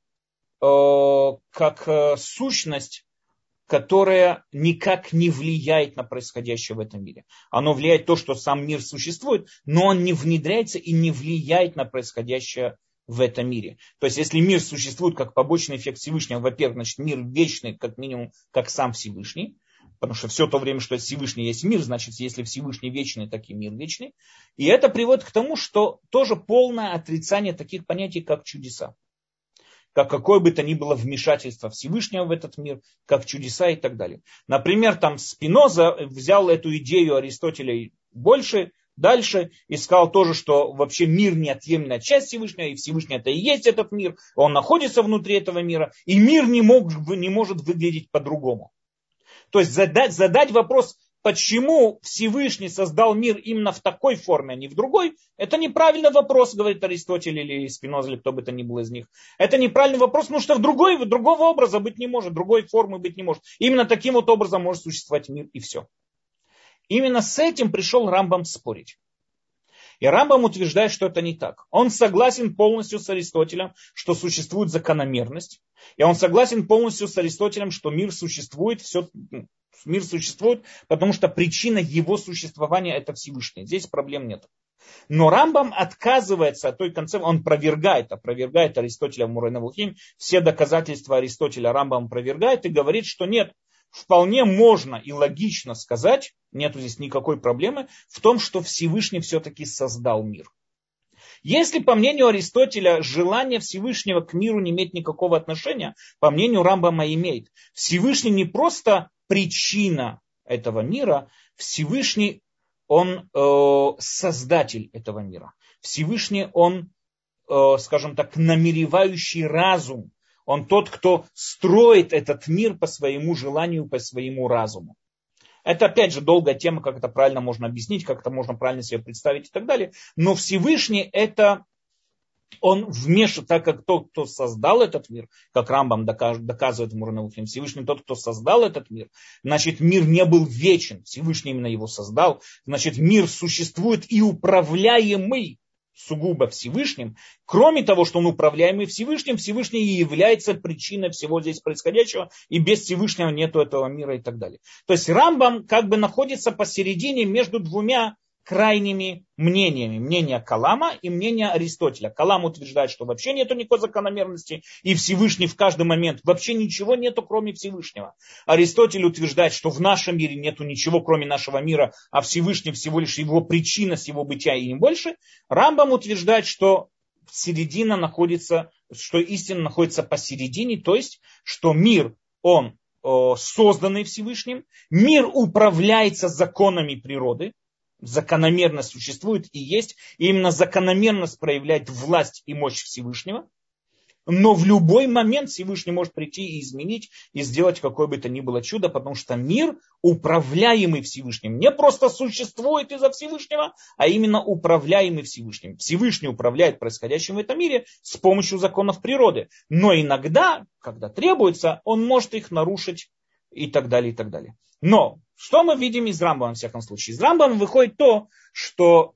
[SPEAKER 1] сущность, которая никак не влияет на происходящее в этом мире. Оно влияет то, что сам мир существует, но он не внедряется и не влияет на происходящее в этом мире. То есть, если мир существует как побочный эффект Всевышнего, во-первых, значит, мир вечный, как минимум, как сам Всевышний. Потому что все то время, что Всевышний есть мир, значит, если Всевышний вечный, так и мир вечный. И это приводит к тому, что тоже полное отрицание таких понятий, как чудеса. Как какое бы то ни было вмешательство Всевышнего в этот мир, как чудеса и так далее. Например, там Спиноза взял эту идею Аристотеля дальше и сказал тоже, что вообще мир неотъемлемая часть Всевышнего, и Всевышний это и есть этот мир, он находится внутри этого мира, и мир не может выглядеть по-другому. То есть задать вопрос, почему Всевышний создал мир именно в такой форме, а не в другой, это неправильный вопрос, говорит Аристотель или Спиноза, или кто бы то ни был из них. Это неправильный вопрос, потому что другого образа быть не может, другой формы быть не может. Именно таким вот образом может существовать мир и все. Именно с этим пришел Рамбам спорить. И Рамбам утверждает, что это не так. Он согласен полностью с Аристотелем, что существует закономерность. И он согласен полностью с Аристотелем, что мир существует, потому что причина его существования это Всевышний. Здесь проблем нет. Но Рамбам отказывается от той концепции, он опровергает Аристотеля в Морeh Невухим, все доказательства Аристотеля Рамбам опровергает и говорит, что нет, вполне можно и логично сказать, нет здесь никакой проблемы, в том, что Всевышний все-таки создал мир. Если, по мнению Аристотеля, желание Всевышнего к миру не имеет никакого отношения, по мнению Рамбама имеет. Всевышний не просто причина этого мира, Всевышний, он создатель этого мира. Всевышний, он, скажем так, намеревающий разум. Он тот, кто строит этот мир по своему желанию, по своему разуму. Это, опять же, долгая тема, как это правильно можно объяснить, как это можно правильно себе представить и так далее. Но Всевышний это, он вмешивает, так как тот, кто создал этот мир, как Рамбам доказывает в Морeh Невухим, Всевышний тот, кто создал этот мир, значит, мир не был вечен, Всевышний именно его создал, значит, мир существует и управляемый сугубо Всевышним. Кроме того, что он управляемый Всевышним, Всевышний и является причиной всего здесь происходящего, и без Всевышнего нету этого мира и так далее. То есть Рамбам как бы находится посередине между двумя крайними мнениями. Мнение Калама и мнение Аристотеля. Калам утверждает, что вообще нету никакой закономерности, и Всевышний в каждый момент, вообще ничего нету, кроме Всевышнего. Аристотель утверждает, что в нашем мире нету ничего, кроме нашего мира, а Всевышний всего лишь его причина с его бытия и не больше. Рамбам утверждает, что середина находится, что истина находится посередине, то есть, что мир, он созданный Всевышним, мир управляется законами природы. закономерность существует и есть, и именно закономерность проявляет власть и мощь Всевышнего. Но в любой момент Всевышний может прийти и изменить, и сделать какое бы то ни было чудо, потому что мир, управляемый Всевышним, не просто существует из-за Всевышнего, а именно управляемый Всевышним. Всевышний управляет происходящим в этом мире с помощью законов природы. Но иногда, когда требуется, он может их нарушить и так далее, и так далее. Но что мы видим из Рамбама, во всяком случае? Из Рамбама выходит то, что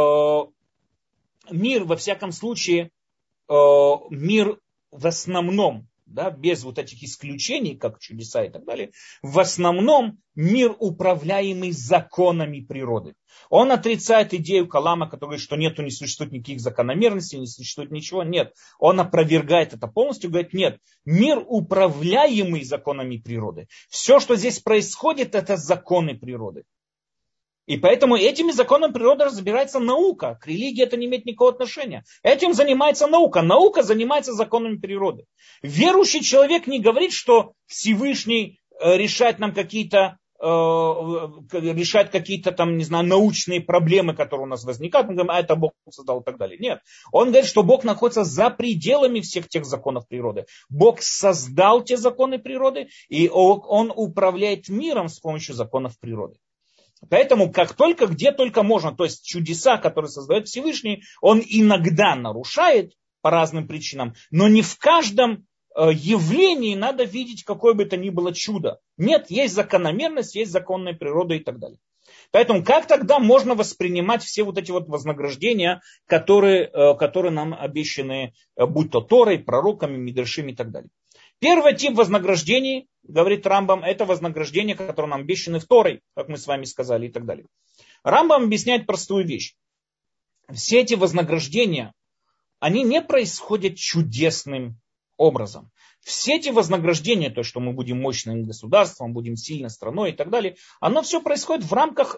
[SPEAKER 1] мир, во всяком случае, мир в основном, да, без вот этих исключений, как чудеса и так далее, в основном мир, управляемый законами природы. Он отрицает идею Калама, который говорит, что нету, не существует никаких закономерностей, не существует ничего. Нет, он опровергает это полностью, говорит, нет, мир, управляемый законами природы. Все, что здесь происходит, это законы природы. И поэтому этими законами природы разбирается наука. К религии это не имеет никакого отношения. Этим занимается наука. Наука занимается законами природы. Верующий человек не говорит, что Всевышний решает нам какие-то там, не знаю, научные проблемы, которые у нас возникают. Мы говорим, это Бог создал и так далее. Нет. Он говорит, что Бог находится за пределами всех тех законов природы. Бог создал те законы природы, и он управляет миром с помощью законов природы. Поэтому как только, где только можно, то есть чудеса, которые создает Всевышний, он иногда нарушает по разным причинам, но не в каждом явлении надо видеть какое бы то ни было чудо. Нет, есть закономерность, есть законная природа и так далее. Поэтому как тогда можно воспринимать все вот эти вот вознаграждения, которые нам обещаны, будь то Торой, пророками, мидрашим и так далее. Первый тип вознаграждений, говорит Рамбам, это вознаграждения, которые нам обещаны в Торой, как мы с вами сказали и так далее. Рамбам объясняет простую вещь. Все эти вознаграждения, они не происходят чудесным образом. Все эти вознаграждения, то, что мы будем мощным государством, будем сильной страной и так далее, оно все происходит в рамках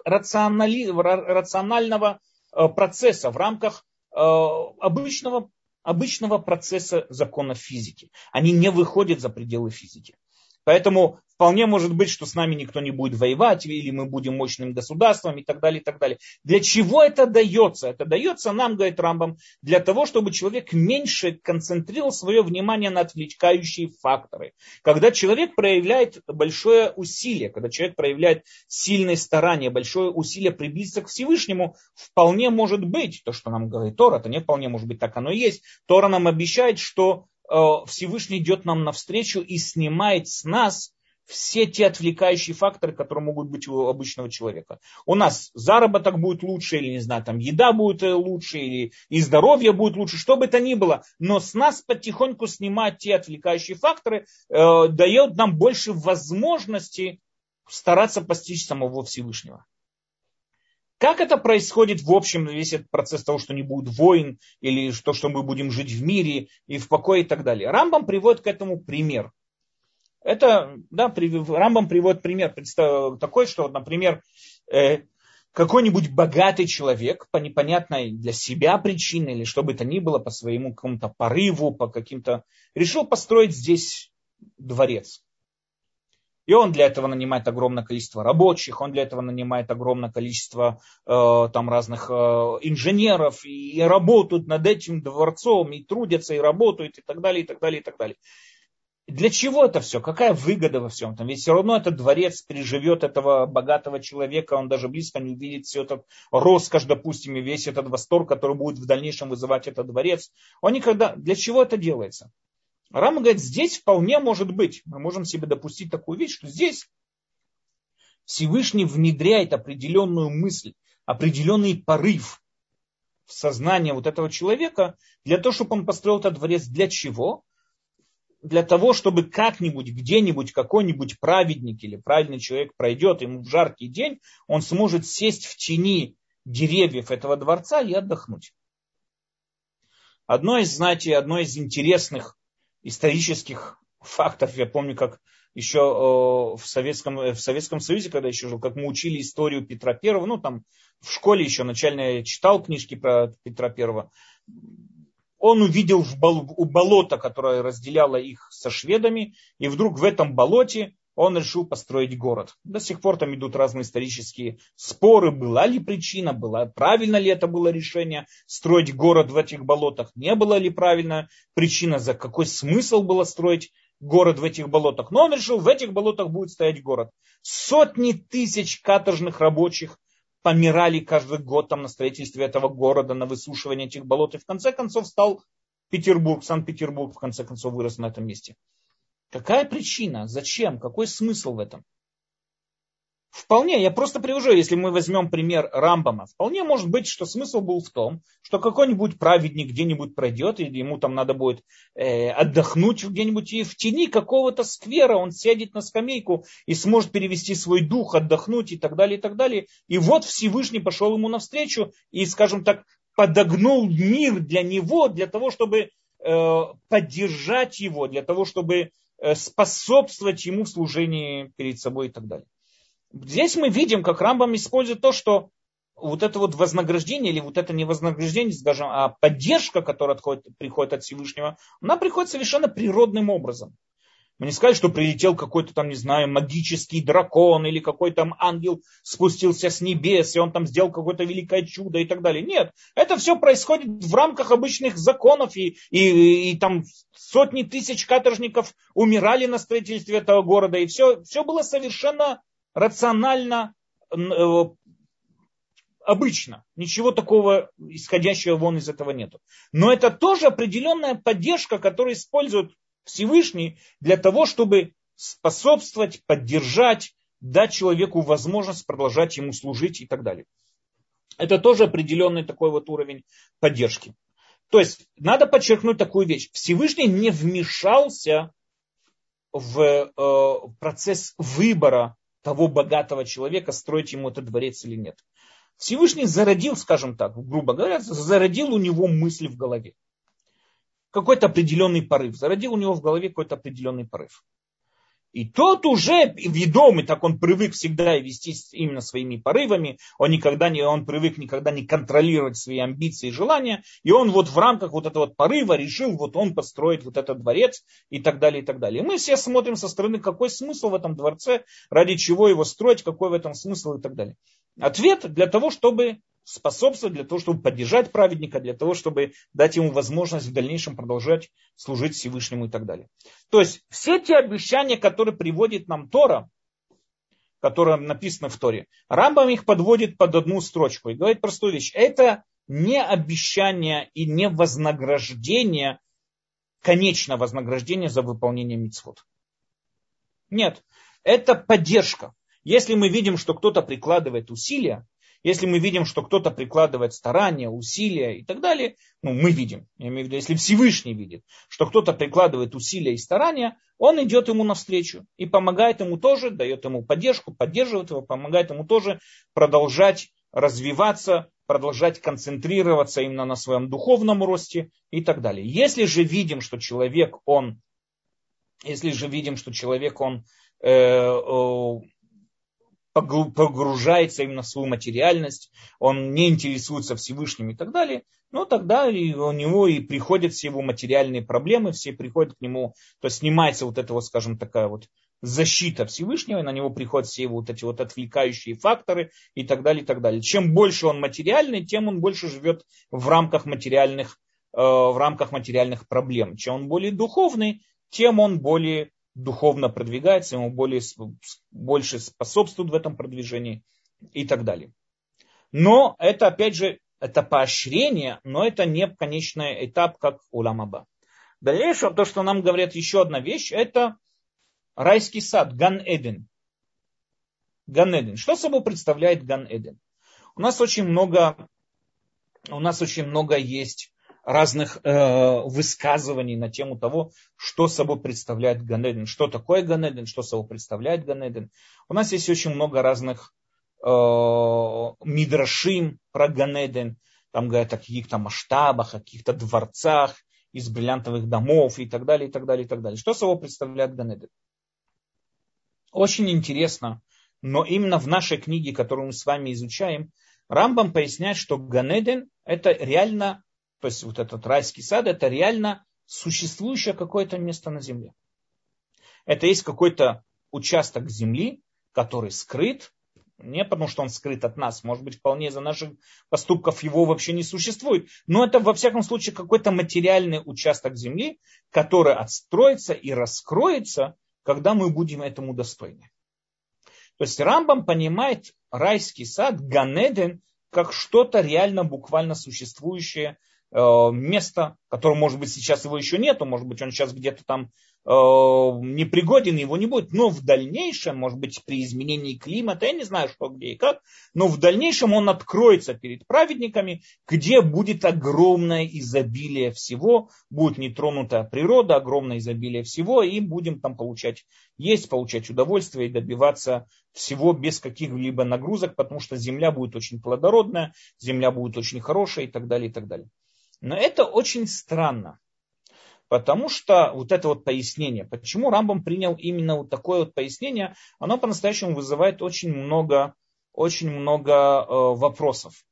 [SPEAKER 1] рационального процесса, в рамках обычного процесса законов физики. Они не выходят за пределы физики. Поэтому вполне может быть, что с нами никто не будет воевать, или мы будем мощным государством и так далее, и так далее. Для чего это дается? Это дается нам, говорит Рамбам, для того, чтобы человек меньше концентрировал свое внимание на отвлекающие факторы. Когда человек проявляет большое усилие, когда человек проявляет сильное старание, большое усилие приблизиться к Всевышнему, вполне может быть, то, что нам говорит Тора, это не вполне может быть, так оно и есть. Тора нам обещает, что Всевышний идет нам навстречу и снимает с нас все те отвлекающие факторы, которые могут быть у обычного человека. У нас заработок будет лучше, или, не знаю, там еда будет лучше, или и здоровье будет лучше, что бы то ни было. Но с нас потихоньку снимать те отвлекающие факторы дает нам больше возможности стараться постичь самого Всевышнего. Как это происходит в общем, весь этот процесс того, что не будет войн, или то, что мы будем жить в мире и в покое и так далее. Рамбам приводит к этому пример. Рамбам приводит пример такой, что, например, какой-нибудь богатый человек по непонятной для себя причине, или что бы то ни было, по своему какому-то порыву, по каким-то, решил построить здесь дворец. И он для этого нанимает огромное количество рабочих, он для этого нанимает огромное количество там разных инженеров, и работают над этим дворцом, и трудятся, и работают, и так далее, и так далее, и так далее. Для чего это все? Какая выгода во всем этом? Ведь все равно этот дворец переживет этого богатого человека, он даже близко не увидит всю эту роскошь, допустим, и весь этот восторг, который будет в дальнейшем вызывать этот дворец. Он никогда... Для чего это делается? Рама говорит, здесь вполне может быть, мы можем себе допустить такую вещь, что здесь Всевышний внедряет определенную мысль, определенный порыв в сознание вот этого человека, для того, чтобы он построил этот дворец. Для чего? Для того, чтобы как-нибудь, где-нибудь какой-нибудь праведник или праведный человек пройдет, ему в жаркий день, он сможет сесть в тени деревьев этого дворца и отдохнуть. Одно из интересных исторических фактов, я помню, как еще в Советском Союзе, когда еще жил, как мы учили историю Петра Первого, ну там в школе еще начально я читал книжки про Петра Первого, он увидел у болота, которое разделяло их со шведами, и вдруг в этом болоте он решил построить город. До сих пор там идут разные исторические споры, была ли причина, правильно ли это было решение строить город в этих болотах, не было ли правильная причина, за какой смысл было строить город в этих болотах. Но он решил, в этих болотах будет стоять город. Сотни тысяч каторжных рабочих помирали каждый год там на строительстве этого города, на высушивании этих болот. И в конце концов стал Петербург, Санкт-Петербург в конце концов вырос на этом месте. Какая причина? Зачем? Какой смысл в этом? Вполне, я просто привожу, если мы возьмем пример Рамбама, вполне может быть, что смысл был в том, что какой-нибудь праведник где-нибудь пройдет, или ему там надо будет отдохнуть где-нибудь, и в тени какого-то сквера он сядет на скамейку и сможет перевести свой дух, отдохнуть и так далее, и так далее. И вот Всевышний пошел ему навстречу и, скажем так, подогнул мир для него, для того, чтобы поддержать его, для того, чтобы способствовать ему в служении перед собой и так далее. Здесь мы видим, как Рамбам использует то, что вот это вот вознаграждение, или вот это не вознаграждение, скажем, а поддержка, которая приходит от Всевышнего, она приходит совершенно природным образом. Мы не сказали, что прилетел какой-то там, не знаю, магический дракон, или какой-то там ангел спустился с небес, и он там сделал какое-то великое чудо и так далее. Нет, это все происходит в рамках обычных законов, и там сотни тысяч каторжников умирали на строительстве этого города, и все было совершенно рационально, обычно. Ничего такого исходящего вон из этого нету. Но это тоже определенная поддержка, которую использует Всевышний для того, чтобы способствовать, поддержать, дать человеку возможность продолжать ему служить и так далее. Это тоже определенный такой вот уровень поддержки. То есть надо подчеркнуть такую вещь. Всевышний не вмешался в процесс выбора того богатого человека, строить ему этот дворец или нет. Всевышний зародил, скажем так, грубо говоря, зародил у него мысль в голове. Какой-то определенный порыв. Зародил у него в голове какой-то определенный порыв. И тот уже ведомый, так он привык всегда вести именно своими порывами, он привык никогда не контролировать свои амбиции и желания, и он вот в рамках вот этого вот порыва решил, вот он построит вот этот дворец и так далее, и так далее. И мы все смотрим со стороны, какой смысл в этом дворце, ради чего его строить, какой в этом смысл и так далее. Ответ для того, чтобы способствовать, для того, чтобы поддержать праведника, для того, чтобы дать ему возможность в дальнейшем продолжать служить Всевышнему и так далее. То есть все те обещания, которые приводит нам Тора, которые написаны в Торе, Рамбам их подводит под одну строчку и говорит простую вещь. Это не обещание и не вознаграждение, конечное вознаграждение за выполнение мицвот. Нет, это поддержка. Если мы видим, что кто-то прикладывает усилия, если мы видим, что кто-то прикладывает старания, усилия и так далее, мы видим, я имею в виду, если Всевышний видит, что кто-то прикладывает усилия и старания, он идет ему навстречу и помогает ему тоже, дает ему поддержку, поддерживает его, помогает ему тоже продолжать развиваться, продолжать концентрироваться именно на своем духовном росте и так далее. Если же видим, что человек, погружается именно в свою материальность, он не интересуется Всевышним и так далее, тогда и у него и приходят все его материальные проблемы, все приходят к нему, то есть снимается вот эта вот, скажем, такая вот защита Всевышнего, и на него приходят все вот эти вот отвлекающие факторы и так далее, и так далее. Чем больше он материальный, тем он больше живет в рамках материальных проблем. Чем он более духовный, тем он более духовно продвигается, ему больше способствует в этом продвижении и так далее. Но это, опять же, это поощрение, но это не конечный этап, как улам аба. Дальше, то, что нам говорят еще одна вещь, это райский сад, Ган-Эден. Ган-Эден. Что собой представляет Ган-Эден? У нас очень много есть разных высказываний на тему того, что собой представляет Ган-Эден, что такое Ган-Эден, что собой представляет Ган-Эден. У нас есть очень много разных мидрашим про Ган-Эден, там говорят о каких-то масштабах, о каких-то дворцах из бриллиантовых домов и так далее, и так далее, и так далее. Что собой представляет Ган-Эден? Очень интересно, но именно в нашей книге, которую мы с вами изучаем, Рамбам поясняет, что Ган-Эден это реально, то есть вот этот райский сад, это реально существующее какое-то место на земле. Это есть какой-то участок земли, который скрыт, не потому что он скрыт от нас, может быть, вполне из-за наших поступков его вообще не существует, но это, во всяком случае, какой-то материальный участок земли, который отстроится и раскроется, когда мы будем этому достойны. То есть Рамбам понимает райский сад, Ганеден, как что-то реально, буквально существующее место, которое, может быть, сейчас его еще нету, может быть, он сейчас где-то там непригоден, его не будет, но в дальнейшем, может быть, при изменении климата, я не знаю, что, где и как, но в дальнейшем он откроется перед праведниками, где будет огромное изобилие всего, будет нетронутая природа, огромное изобилие всего, и будем там есть, получать удовольствие и добиваться всего без каких-либо нагрузок, потому что земля будет очень плодородная, земля будет очень хорошая и так далее, и так далее. Но это очень странно. Потому что вот это вот пояснение, почему Рамбам принял именно вот такое вот пояснение, оно по-настоящему вызывает очень много вопросов.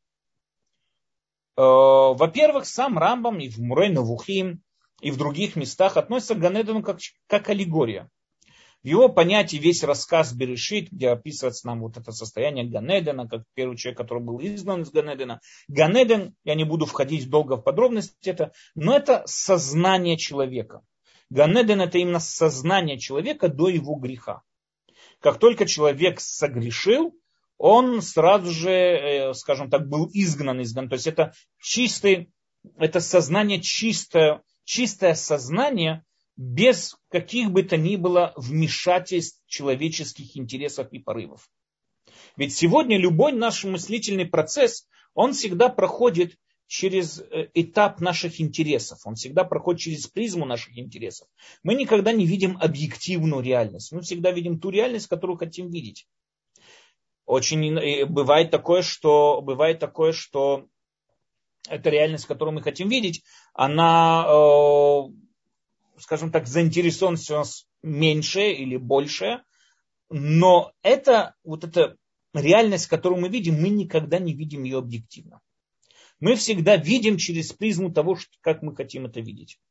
[SPEAKER 1] Во-первых, сам Рамбам и в Мурей Навухим, и в других местах относится к Ганедену как аллегория. В его понятии весь рассказ Берешит, где описывается нам вот это состояние Ганедена, как первый человек, который был изгнан из Ганедена. Ганеден, я не буду входить долго в подробности, но это сознание человека. Ганеден это именно сознание человека до его греха. Как только человек согрешил, он сразу же, скажем так, был изгнан из Ганедена. То есть это сознание чистое сознание, без каких бы то ни было вмешательств человеческих интересов и порывов. Ведь сегодня любой наш мыслительный процесс, он всегда проходит через этап наших интересов, он всегда проходит через призму наших интересов. Мы никогда не видим объективную реальность, мы всегда видим ту реальность, которую хотим видеть. Бывает такое, что эта реальность, которую мы хотим видеть, она... скажем так, заинтересованность у нас меньшая или большая, но эта реальность, которую мы видим, мы никогда не видим ее объективно. Мы всегда видим через призму того, как мы хотим это видеть.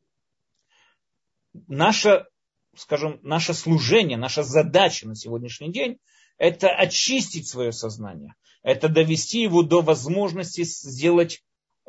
[SPEAKER 1] Наше служение, наша задача на сегодняшний день – это очистить свое сознание, это довести его до возможности сделать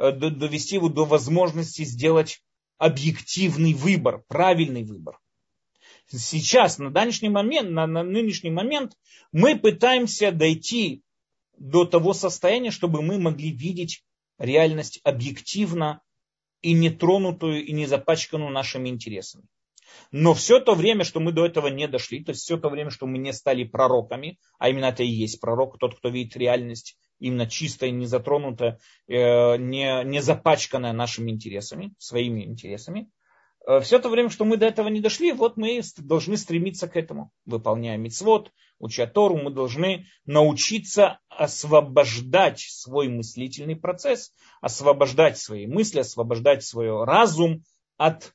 [SPEAKER 1] объективный выбор, правильный выбор. Сейчас, на нынешний момент, мы пытаемся дойти до того состояния, чтобы мы могли видеть реальность объективно и нетронутую, и не запачканную нашими интересами. Но все то время, что мы до этого не дошли, то есть все то время, что мы не стали пророками, а именно это и есть пророк, тот, кто видит реальность именно чистая, не затронутая, не запачканная нашими интересами, своими интересами. Все то время, что мы до этого не дошли, вот мы должны стремиться к этому. Выполняя мицвот, уча Тору, мы должны научиться освобождать свой мыслительный процесс, освобождать свои мысли, освобождать свой разум от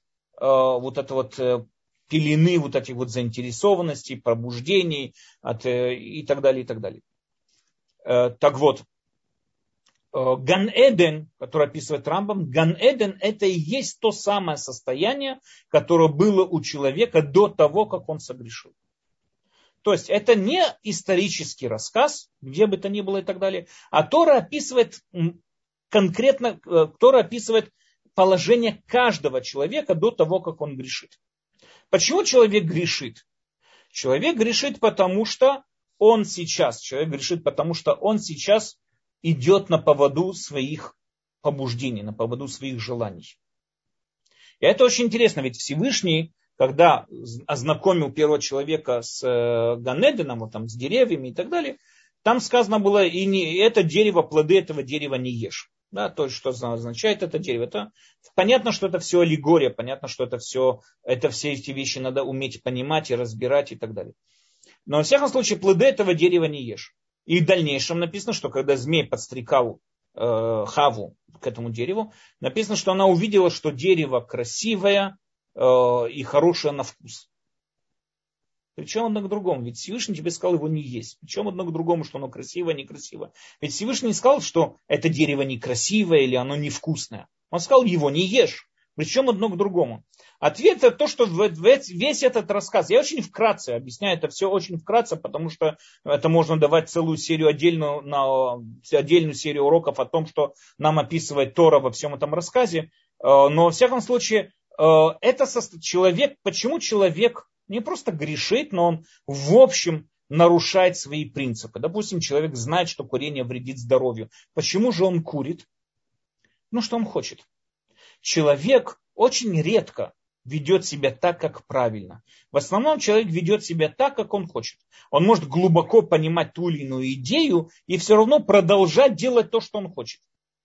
[SPEAKER 1] пелены вот этих вот заинтересованностей, пробуждений и так далее, и так далее. Так вот, Ган-Эден, который описывает Рамбам, Ган-Эден это и есть то самое состояние, которое было у человека до того, как он согрешил. То есть это не исторический рассказ, где бы то ни было и так далее, а Тора описывает конкретно, Тора описывает положение каждого человека до того, как он грешит. Почему человек грешит? Человек грешит, потому что он сейчас идет на поводу своих побуждений, на поводу своих желаний. И это очень интересно, ведь Всевышний, когда ознакомил первого человека с Ганеденом, вот там, с деревьями и так далее, там сказано было, это дерево, плоды этого дерева не ешь. Да, то, что означает это дерево. Понятно, что это все аллегория, понятно, что все эти вещи надо уметь понимать и разбирать и так далее. Но во всяком случае, плоды этого дерева не ешь. И в дальнейшем написано, что когда змей подстрекал Хаву к этому дереву, написано, что она увидела, что дерево красивое и хорошее на вкус. Причем одно к другому. Ведь Всевышний тебе сказал его не есть. Причем одно к другому, что оно красивое, некрасивое. Ведь Всевышний не сказал, что это дерево некрасивое или оно невкусное. Он сказал, его не ешь. Причем одно к другому. Ответ это то, что весь этот рассказ, я очень вкратце объясняю это все очень вкратце, потому что это можно давать целую серию отдельную серию уроков о том, что нам описывает Тора во всем этом рассказе. Но во всяком случае, это человек, почему человек не просто грешит, но он в общем нарушает свои принципы. Допустим, человек знает, что курение вредит здоровью. Почему же он курит? Ну, что он хочет. Человек очень редко ведет себя так, как правильно. В основном человек ведет себя так, как он хочет. Он может глубоко понимать ту или иную идею и все равно продолжать делать то, что он хочет.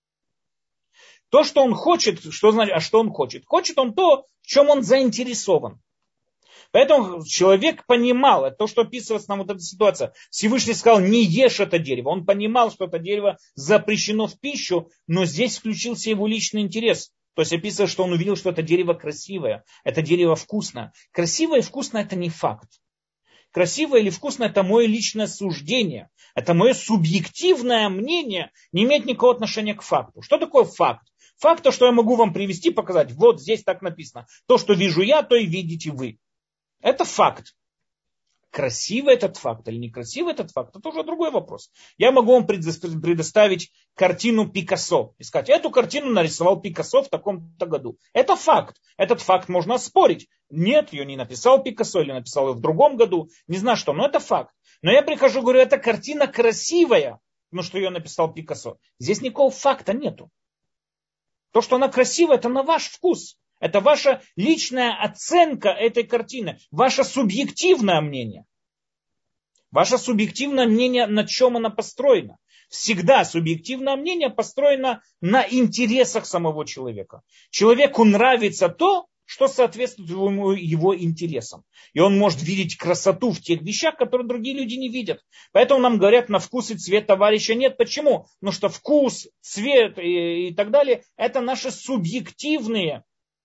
[SPEAKER 1] То, что он хочет, что значит, а что он хочет? Хочет он то, в чем он заинтересован. Поэтому человек понимал, это то, что описывается нам вот эта ситуация. Всевышний сказал, не ешь это дерево. Он понимал, что это дерево запрещено в пищу, но здесь включился его личный интерес. То есть описывается, что он увидел, что это дерево красивое, это дерево вкусное. Красивое и вкусное это не факт. Красивое или вкусное это мое личное суждение. Это мое субъективное мнение, не имеет никакого отношения к факту. Что такое факт? Факт, то, что я могу вам привести, показать. Вот здесь так написано. То, что вижу я, то и видите вы. Это факт. Красивый этот факт или некрасивый этот факт, это уже другой вопрос. Я могу вам предоставить картину Пикассо. И сказать, эту картину нарисовал Пикассо в таком-то году. Это факт. Этот факт можно оспорить. Нет, ее не написал Пикассо или написал ее в другом году. Не знаю что, но это факт. Но я прихожу и говорю, эта картина красивая, ну что ее написал Пикассо. Здесь никакого факта нету. То, что она красивая, это на ваш вкус. Это ваша личная оценка этой картины, ваше субъективное мнение. Ваше субъективное мнение, на чем оно построено. Всегда субъективное мнение построено на интересах самого человека. Человеку нравится то, что соответствует его интересам. И он может видеть красоту в тех вещах, которые другие люди не видят. Поэтому нам говорят, на вкус и цвет товарища нет. Почему? Потому что вкус, цвет и так далее, это наши субъективные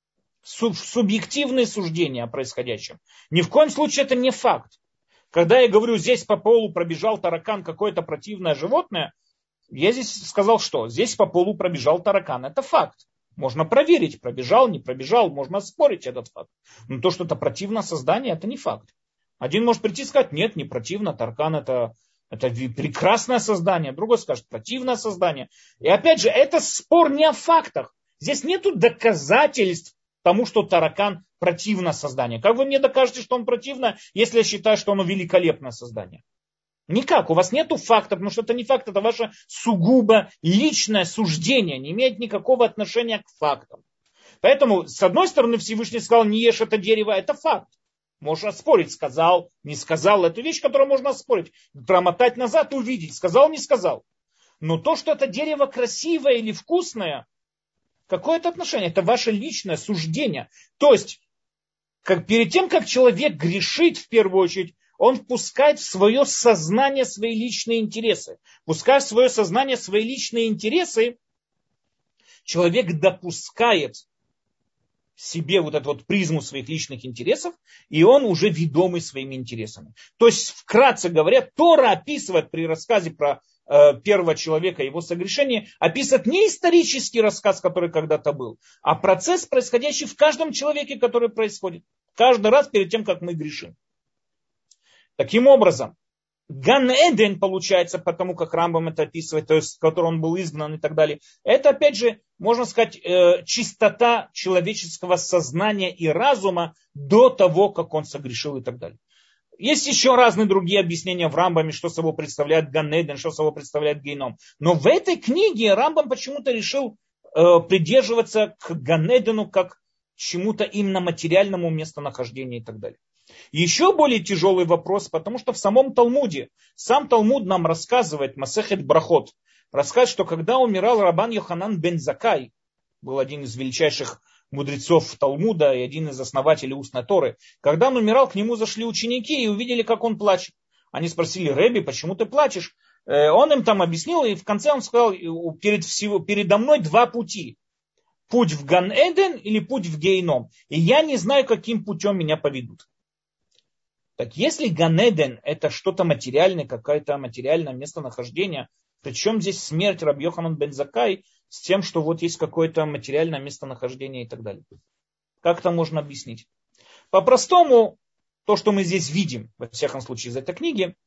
[SPEAKER 1] суждения о происходящем. Ни в коем случае это не факт. Когда я говорю, здесь по полу пробежал таракан, какое-то противное животное, я здесь сказал, что здесь по полу пробежал таракан. Это факт. Можно проверить, пробежал, не пробежал, можно спорить этот факт. Но то, что это противное создание, это не факт. Один может прийти и сказать, нет, не противно, таракан это прекрасное создание. Другой скажет, противное создание. И опять же, это спор не о фактах. Здесь нету доказательств тому, что таракан противное создание. Как вы мне докажете, что он противно, если я считаю, что оно великолепное создание? Никак. У вас нету факта, потому что это не факт, это ваше сугубо личное суждение, не имеет никакого отношения к фактам. Поэтому, с одной стороны, Всевышний сказал, не ешь это дерево, это факт. Можно спорить, сказал, не сказал. Это вещь, которую можно спорить. Промотать назад и увидеть, сказал, не сказал. Но то, что это дерево красивое или вкусное, какое это отношение? Это ваше личное суждение. То есть, перед тем, как человек грешит в первую очередь, он впускает в свое сознание свои личные интересы. Пуская в свое сознание свои личные интересы, человек допускает себе вот эту вот призму своих личных интересов, и он уже ведомый своими интересами. То есть, вкратце говоря, Тора описывает при рассказе про первого человека, его согрешение, описывает не исторический рассказ, который когда-то был, а процесс, происходящий в каждом человеке, который происходит. Каждый раз перед тем, как мы грешим. Таким образом, Ган-Эден получается, потому как Рамбам это описывает, то есть, в котором он был изгнан и так далее. Это, опять же, можно сказать, чистота человеческого сознания и разума до того, как он согрешил и так далее. Есть еще разные другие объяснения в Рамбаме, что собой представляет Ган-Эден, что собой представляет Гейном. Но в этой книге Рамбам почему-то решил придерживаться к Ган-Эдену как чему-то именно материальному местонахождению и так далее. Еще более тяжелый вопрос, потому что в самом Талмуде, сам Талмуд нам рассказывает, Масехет Брахот, рассказывает, что когда умирал Рабан Йоханан бен Заккай, был один из величайших мудрецов Талмуда и один из основателей устной Торы, когда он умирал, к нему зашли ученики и увидели, как он плачет. Они спросили, Рэби, почему ты плачешь? Он им там объяснил, и в конце он сказал, передо мной два пути. Путь в Ган-Эден или путь в Гейном. И я не знаю, каким путем меня поведут. Так если Ган-Эден это что-то материальное, какое-то материальное местонахождение, причем здесь смерть Раби Йоханан бен Заккай, с тем, что вот есть какое-то материальное местонахождение и так далее. Как это можно объяснить? По-простому, то, что мы здесь видим, во всяком случае, из этой книги,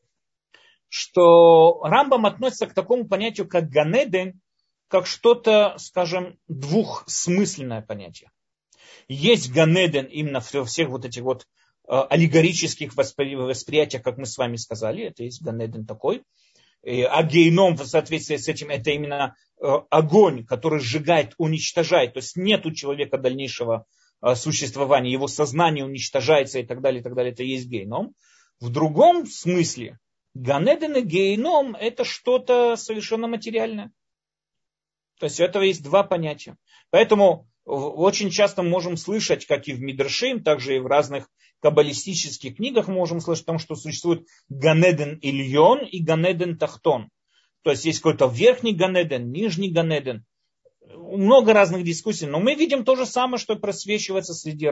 [SPEAKER 1] что Рамбам относится к такому понятию, как Ганеден, как что-то, скажем, двухсмысленное понятие. Есть Ганеден именно во всех вот этих вот аллегорических восприятиях, как мы с вами сказали, это есть Ганеден такой. А гейном в соответствии с этим это именно огонь, который сжигает, уничтожает. То есть нет у человека дальнейшего существования, его сознание уничтожается и так далее, и так далее. Это и есть гейном. В другом смысле Ганеден и гейном это что-то совершенно материальное. То есть у этого есть два понятия. Поэтому очень часто мы можем слышать, как и в Мидрашим, также и в разных каббалистических книгах можем слышать о том, что существует Ганеден Ильон и Ганеден Тахтон. То есть есть какой-то верхний Ганеден, нижний Ганеден. Много разных дискуссий, но мы видим то же самое, что просвечивается среди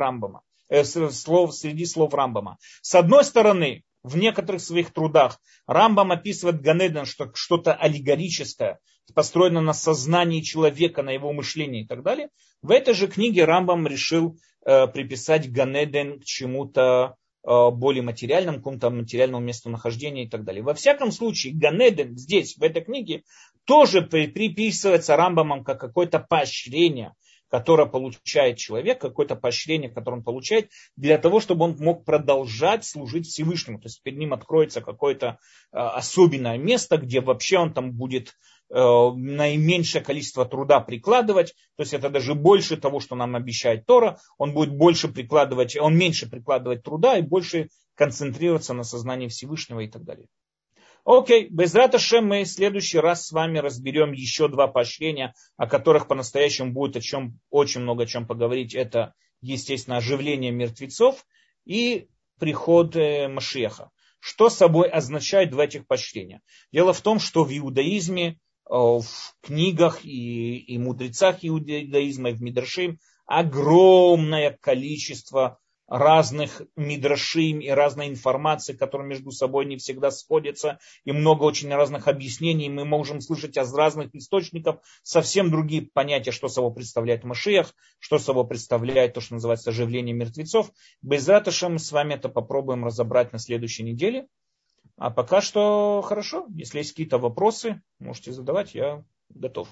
[SPEAKER 1] слов Рамбама. С одной стороны, в некоторых своих трудах Рамбам описывает Ганеден, что что-то аллегорическое, построено на сознании человека, на его мышлении и так далее. В этой же книге Рамбам решил приписать Ганеден к чему-то более материальному, какому-то материальному местонахождению и так далее. Во всяком случае, Ганеден здесь, в этой книге, тоже приписывается Рамбамом как какое-то поощрение, которое получает человек, какое-то поощрение, которое он получает, для того, чтобы он мог продолжать служить Всевышнему. То есть перед ним откроется какое-то особенное место, где вообще он там будет наименьшее количество труда прикладывать, то есть это даже больше того, что нам обещает Тора, он будет больше прикладывать, он меньше прикладывать труда и больше концентрироваться на сознании Всевышнего и так далее. Окей, Безрат Ашем мы в следующий раз с вами разберем еще два поощрения, о которых по-настоящему будет очень много о чем поговорить. Это, естественно, оживление мертвецов и приход Машиаха. Что собой означают два этих поощрения? Дело в том, что в иудаизме, в книгах и мудрецах иудаизма, и в Мидрашим огромное количество разных мидрашим и разной информации, которые между собой не всегда сходятся, и много очень разных объяснений. Мы можем слышать из разных источников совсем другие понятия, что собой представляет Машиах, что собой представляет то, что называется оживление мертвецов. Безрат Ашем мы с вами это попробуем разобрать на следующей неделе. А пока что хорошо. Если есть какие-то вопросы, можете задавать, я готов.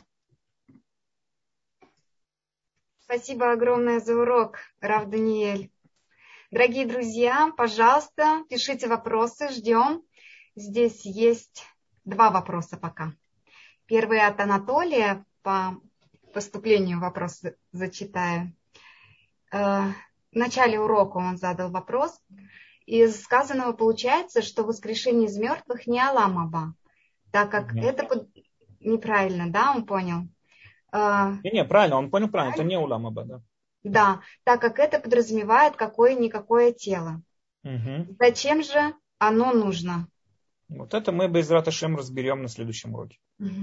[SPEAKER 2] Спасибо огромное за урок, Рав Даниэль. Дорогие друзья, пожалуйста, пишите вопросы, ждем. Здесь есть два вопроса пока. Первый от Анатолия, по поступлению вопрос зачитаю. В начале урока он задал вопрос. Из сказанного получается, что воскрешение из мертвых не Алам Аба, так как это неправильно, да, он понял?
[SPEAKER 1] Не, правильно, он понял правильно, это не Улам Аба, да.
[SPEAKER 2] Да, так как это подразумевает какое-никакое тело. Зачем же оно нужно?
[SPEAKER 1] Вот это мы Безрат Ашем разберем на следующем уроке.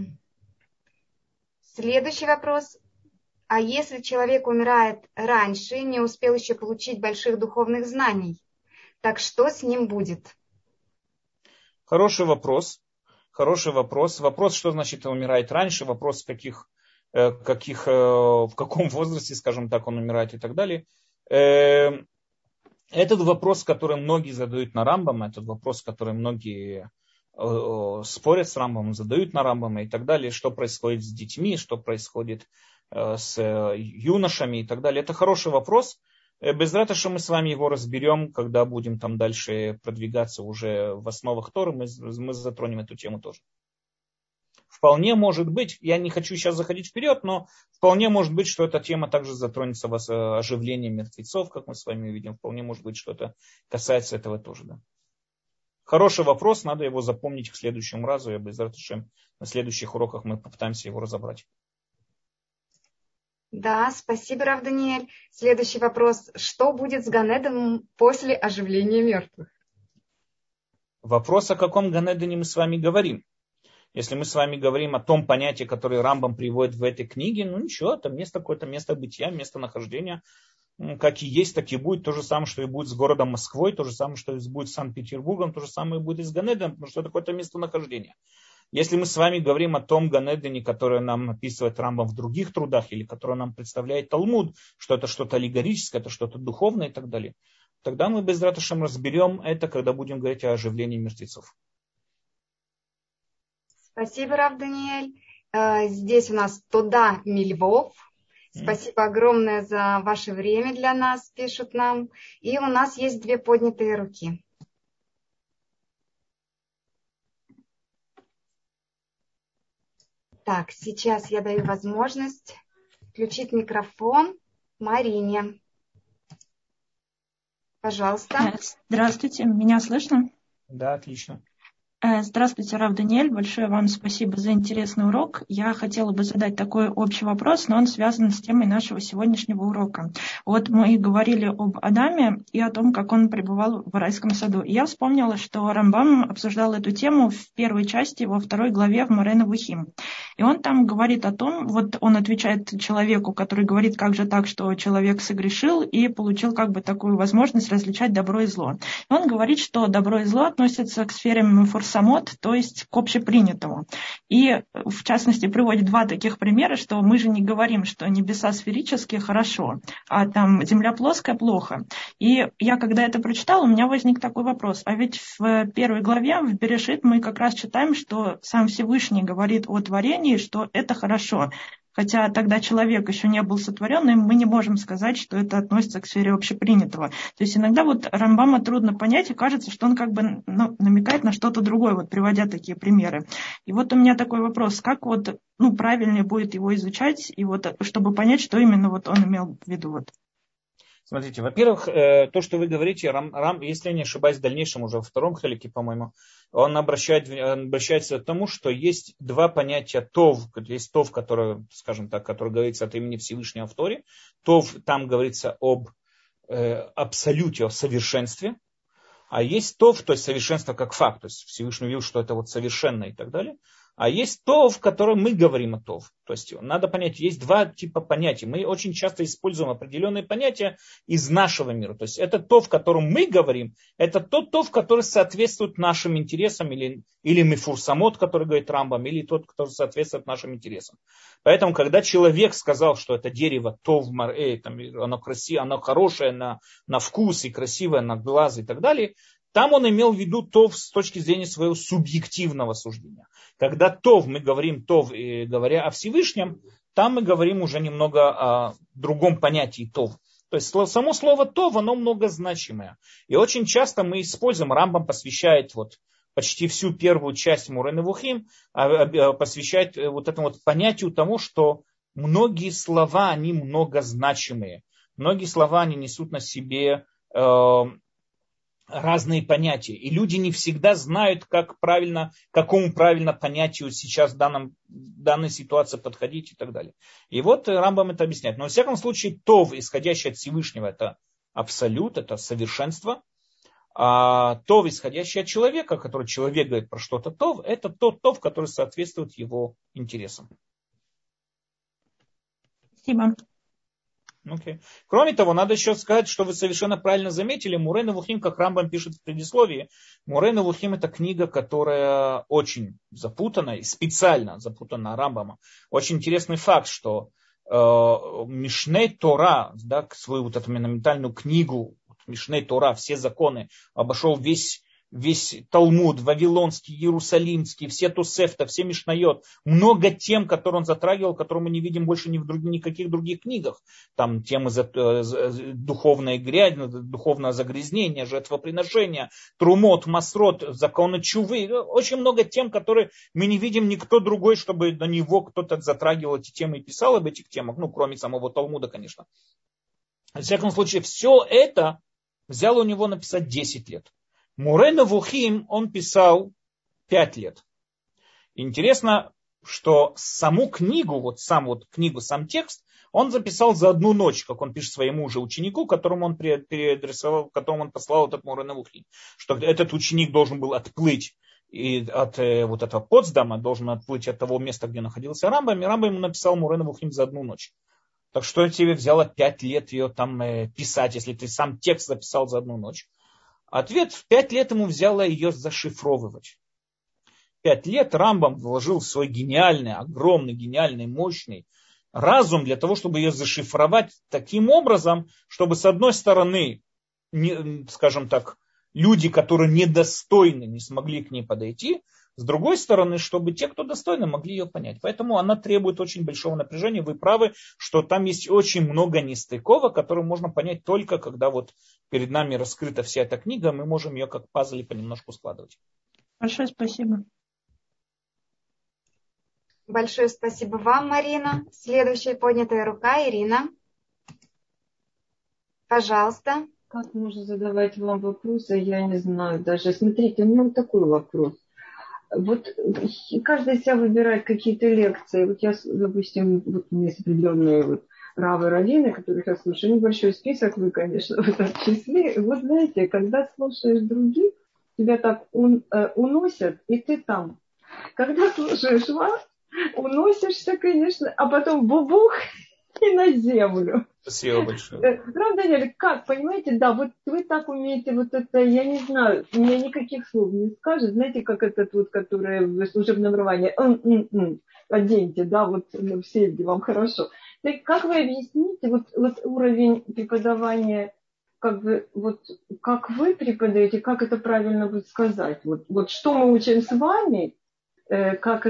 [SPEAKER 2] Следующий вопрос. А если человек умирает раньше, не успел еще получить больших духовных знаний, так что с ним будет?
[SPEAKER 1] Хороший вопрос. Хороший вопрос. Вопрос, что значит умирает раньше, вопрос, в каком возрасте, скажем так, он умирает и так далее. Этот вопрос, который многие задают на Рамбама, этот вопрос, который многие спорят с Рамбамом, задают на Рамбама и так далее, что происходит с детьми, что происходит с юношами и так далее. Это хороший вопрос. Безрат Ашем мы с вами его разберем, когда будем там дальше продвигаться уже в основах Торы, мы затронем эту тему тоже. Вполне может быть, я не хочу сейчас заходить вперед, но вполне может быть, что эта тема также затронется в оживлении мертвецов, как мы с вами увидим. Вполне может быть, что это касается этого тоже. Да. Хороший вопрос, надо его запомнить к следующему разу. Я Безрат Ашем на следующих уроках мы попытаемся его разобрать.
[SPEAKER 2] Да, спасибо, Рав Даниэль. Следующий вопрос. Что будет с Ганедом после оживления мертвых?
[SPEAKER 1] Вопрос, о каком Ганедане мы с вами говорим. Если мы с вами говорим о том понятии, которое Рамбам приводит в этой книге, ну ничего, это место, какое-то место бытия, место нахождения, как и есть, так и будет. То же самое, что и будет с городом Москвой, то же самое, что и будет с Санкт-Петербургом, то же самое и будет и с Ганедом, потому что это какое-то место нахождения. Если мы с вами говорим о том Ганедене, который нам описывает Рамбам в других трудах, или который нам представляет Талмуд, что это что-то аллегорическое, это что-то духовное и так далее, тогда мы без раташем разберем это, когда будем говорить о оживлении мертвецов.
[SPEAKER 2] Спасибо, Рав Даниэль. Здесь у нас Тода Мильвов. Спасибо огромное за ваше время для нас, пишут нам. И у нас есть 2 поднятые руки. Так, сейчас я даю возможность включить микрофон Марине. Пожалуйста.
[SPEAKER 3] Здравствуйте, меня слышно?
[SPEAKER 1] Да, отлично.
[SPEAKER 3] Здравствуйте, Рав Даниэль. Большое вам спасибо за интересный урок. Я хотела бы задать такой общий вопрос, но он связан с темой нашего сегодняшнего урока. Вот мы говорили об Адаме и о том, как он пребывал в райском саду. И я вспомнила, что Рамбам обсуждал эту тему в первой части, во 2 главе в Море Невухим. И он там говорит о том, вот он отвечает человеку, который говорит, как же так, что человек согрешил и получил как бы такую возможность различать добро и зло. И он говорит, что добро и зло относятся к сфере мефурсамот, то есть к общепринятому. И, в частности, приводит 2 таких примера, что мы же не говорим, что небеса сферические хорошо, а там земля плоская плохо. И я, когда это прочитала, у меня возник такой вопрос. А ведь в 1 главе, в Берешит, мы как раз читаем, что сам Всевышний говорит о творении, что это хорошо. Хотя тогда человек еще не был сотворенным, мы не можем сказать, что это относится к сфере общепринятого. То есть иногда вот Рамбама трудно понять, и кажется, что он как бы намекает на что-то другое, вот приводя такие примеры. И вот у меня такой вопрос, как вот правильнее будет его изучать, и вот чтобы понять, что именно вот он имел в виду. Вот.
[SPEAKER 1] Смотрите, во-первых, то, что вы говорите, если я не ошибаюсь, в дальнейшем уже во 2 хелике, по-моему, он обращается к тому, что есть 2 понятия тов. Есть тов, которое, скажем так, который говорится от имени Всевышнего в Торе. Тов, там говорится об абсолюте, о совершенстве. А есть тов, то есть совершенство как факт. То есть Всевышний увидел, что это вот совершенно и так далее. А есть тов, в котором мы говорим о тов. То есть надо понять, есть 2 типа понятий. Мы очень часто используем определенные понятия из нашего мира. То есть это тов, в котором мы говорим, это тот тов, который соответствует нашим интересам, или мифурсамот, который говорит Рамбам, или тот, который соответствует нашим интересам. Поэтому, когда человек сказал, что это дерево тов марэ, оно красивое, оно хорошее на вкус и красивое на глаз и так далее, там он имел в виду тов с точки зрения своего субъективного суждения. Когда тов, мы говорим тов, говоря о Всевышнем, там мы говорим уже немного о другом понятии тов. То есть само слово тов, оно многозначимое. И очень часто мы используем, Рамбам посвящает почти всю первую часть Море Невухим, посвящает вот этому понятию тому, что многие слова, они многозначимые. Многие слова, они несут на себе разные понятия. И люди не всегда знают, к какому правильно понятию сейчас в данной ситуации подходить и так далее. И вот Рамбам это объясняет. Но во всяком случае, тов, исходящий от Всевышнего, это абсолют, это совершенство. А тов, исходящий от человека, который человек говорит про что-то тов, это тот тов, который соответствует его интересам.
[SPEAKER 3] Спасибо.
[SPEAKER 1] Okay. Кроме того, надо еще сказать, что вы совершенно правильно заметили, Море Невухим, как Рамбам пишет в предисловии, Море Невухим — это книга, которая очень запутана и специально запутана Рамбама. Очень интересный факт, что Мишней Тора, свою вот эту монументальную книгу Мишней Тора, все законы, обошел весь Талмуд, Вавилонский, Иерусалимский, все Тосефта, все Мишнайот, много тем, которые он затрагивал, которые мы не видим больше ни в никаких других книгах. Там темы духовной грязь, духовное загрязнение, жертвоприношения, трумот, масрот, законы чувы. Очень много тем, которые мы не видим никто другой, чтобы на него кто-то затрагивал эти темы и писал об этих темах, кроме самого Талмуда, конечно. Во всяком случае, все это взяло у него написать 10 лет. Море Невухим он писал 5 лет. Интересно, что саму книгу, сам текст, он записал за 1 ночь, как он пишет своему же ученику, которому он переадресовал, которому он послал этот Море Невухим. Что этот ученик должен был отплыть от вот этого Потсдама, должен отплыть от того места, где находился Рамбам, и Рамбам ему написал Море Невухим за 1 ночь. Так что тебе взяло 5 лет ее там писать, если ты сам текст записал за 1 ночь? Ответ: в 5 лет ему взяло ее зашифровывать. 5 лет Рамбам вложил в свой гениальный, огромный, гениальный, мощный разум для того, чтобы ее зашифровать таким образом, чтобы с одной стороны, скажем так, люди, которые недостойны, не смогли к ней подойти, с другой стороны, чтобы те, кто достойны, могли ее понять. Поэтому она требует очень большого напряжения. Вы правы, что там есть очень много нестыковок, которые можно понять только, когда вот перед нами раскрыта вся эта книга, мы можем ее как пазли понемножку складывать.
[SPEAKER 3] Большое спасибо.
[SPEAKER 2] Большое спасибо вам, Марина. Следующая поднятая рука, Ирина. Пожалуйста.
[SPEAKER 4] Как можно задавать вам вопросы, я не знаю даже. Смотрите, у меня вот такой вопрос. Вот каждый себя выбирает какие-то лекции. Вот я, допустим, вот у меня есть определенные вот равы, раввины, которых я слушаю. Небольшой список, вы, конечно, в этом числе. Вот знаете, когда слушаешь других, тебя так уносят, и ты там. Когда слушаешь вас, уносишься, конечно, а потом бубух и на землю.
[SPEAKER 1] Спасибо большое.
[SPEAKER 4] Правда, Даниэль, как, понимаете, да, вот вы так умеете вот это, я не знаю, у меня никаких слов не скажет, знаете, как этот вот, который в служебном рвании, оденьте, да, вот все, вам хорошо. Так как вы объясните вот уровень преподавания, как бы, вот, как вы преподаете, как это правильно будет сказать, вот что мы учим с вами, как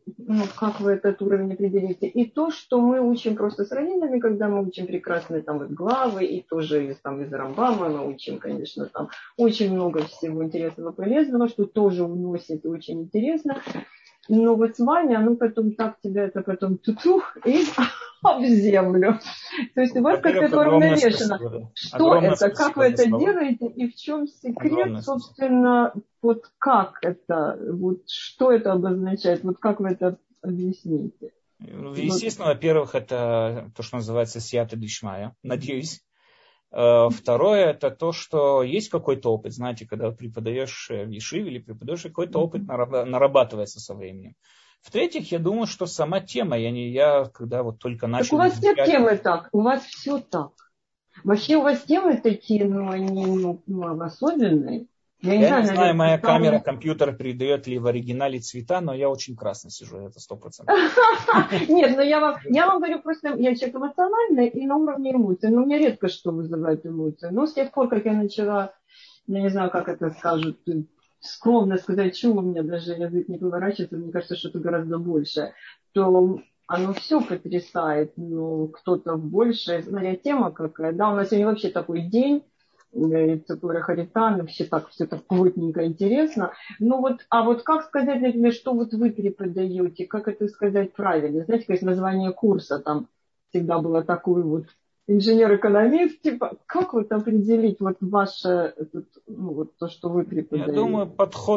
[SPEAKER 4] вы этот уровень определите, и то, что мы учим просто с раввинами, когда мы учим прекрасные там вот главы, и тоже там из Рамбама мы учим, конечно, там очень много всего интересного, полезного, что тоже уносит и очень интересно. Но вот с вами оно потом так тебя это потом тутух и об землю. То есть у вас как-то уравновешено. Что это, как вы это делаете и в чем секрет, собственно, вот как это, вот что это обозначает, вот как вы это объясните?
[SPEAKER 1] Естественно, во-первых, это то, что называется сията дишмая, надеюсь. Второе, это то, что есть какой-то опыт, знаете, когда преподаешь в ешиве или преподаешь, какой-то опыт нарабатывается со временем. В-третьих, я думаю, что сама тема, я когда вот только начал...
[SPEAKER 4] Так у вас все темы так, у вас все так. Вообще у вас темы такие, но они особенные.
[SPEAKER 1] Я не знаю, моя камера, компьютер передает ли в оригинале цвета, но я очень красно сижу, это 100%.
[SPEAKER 4] Нет, но я вам говорю просто, я человек эмоциональный и на уровне эмоций. Но у меня редко что вызывает эмоции. Но с тех пор, как я начала, я не знаю, как это скажут, скромно сказать, чего у меня даже язык не поворачивается, мне кажется, что это гораздо больше, то оно все потрясает. Но кто-то больше, смотря тема какая. Да, у нас сегодня вообще такой день, Цепура Харитан, вообще так все так плотненько интересно. Но вот как сказать, например, что вот вы преподаете, как это сказать правильно? Знаете, как название курса там всегда было такое вот инженер-экономист, типа, как вот определить вот ваше, вот то, что вы преподаете?
[SPEAKER 1] Я думаю,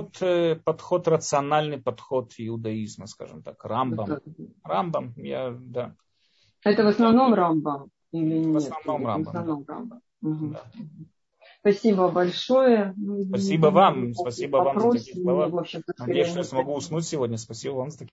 [SPEAKER 1] подход рациональный подход иудаизма, скажем так, Рамбам. Вот Рамбам, да.
[SPEAKER 4] Это в основном Рамбам или нет?
[SPEAKER 1] В основном Рамбам.
[SPEAKER 4] Угу. Да. Спасибо большое.
[SPEAKER 1] Спасибо вам за такие слова. Надеюсь, что я смогу уснуть сегодня. Спасибо вам за такие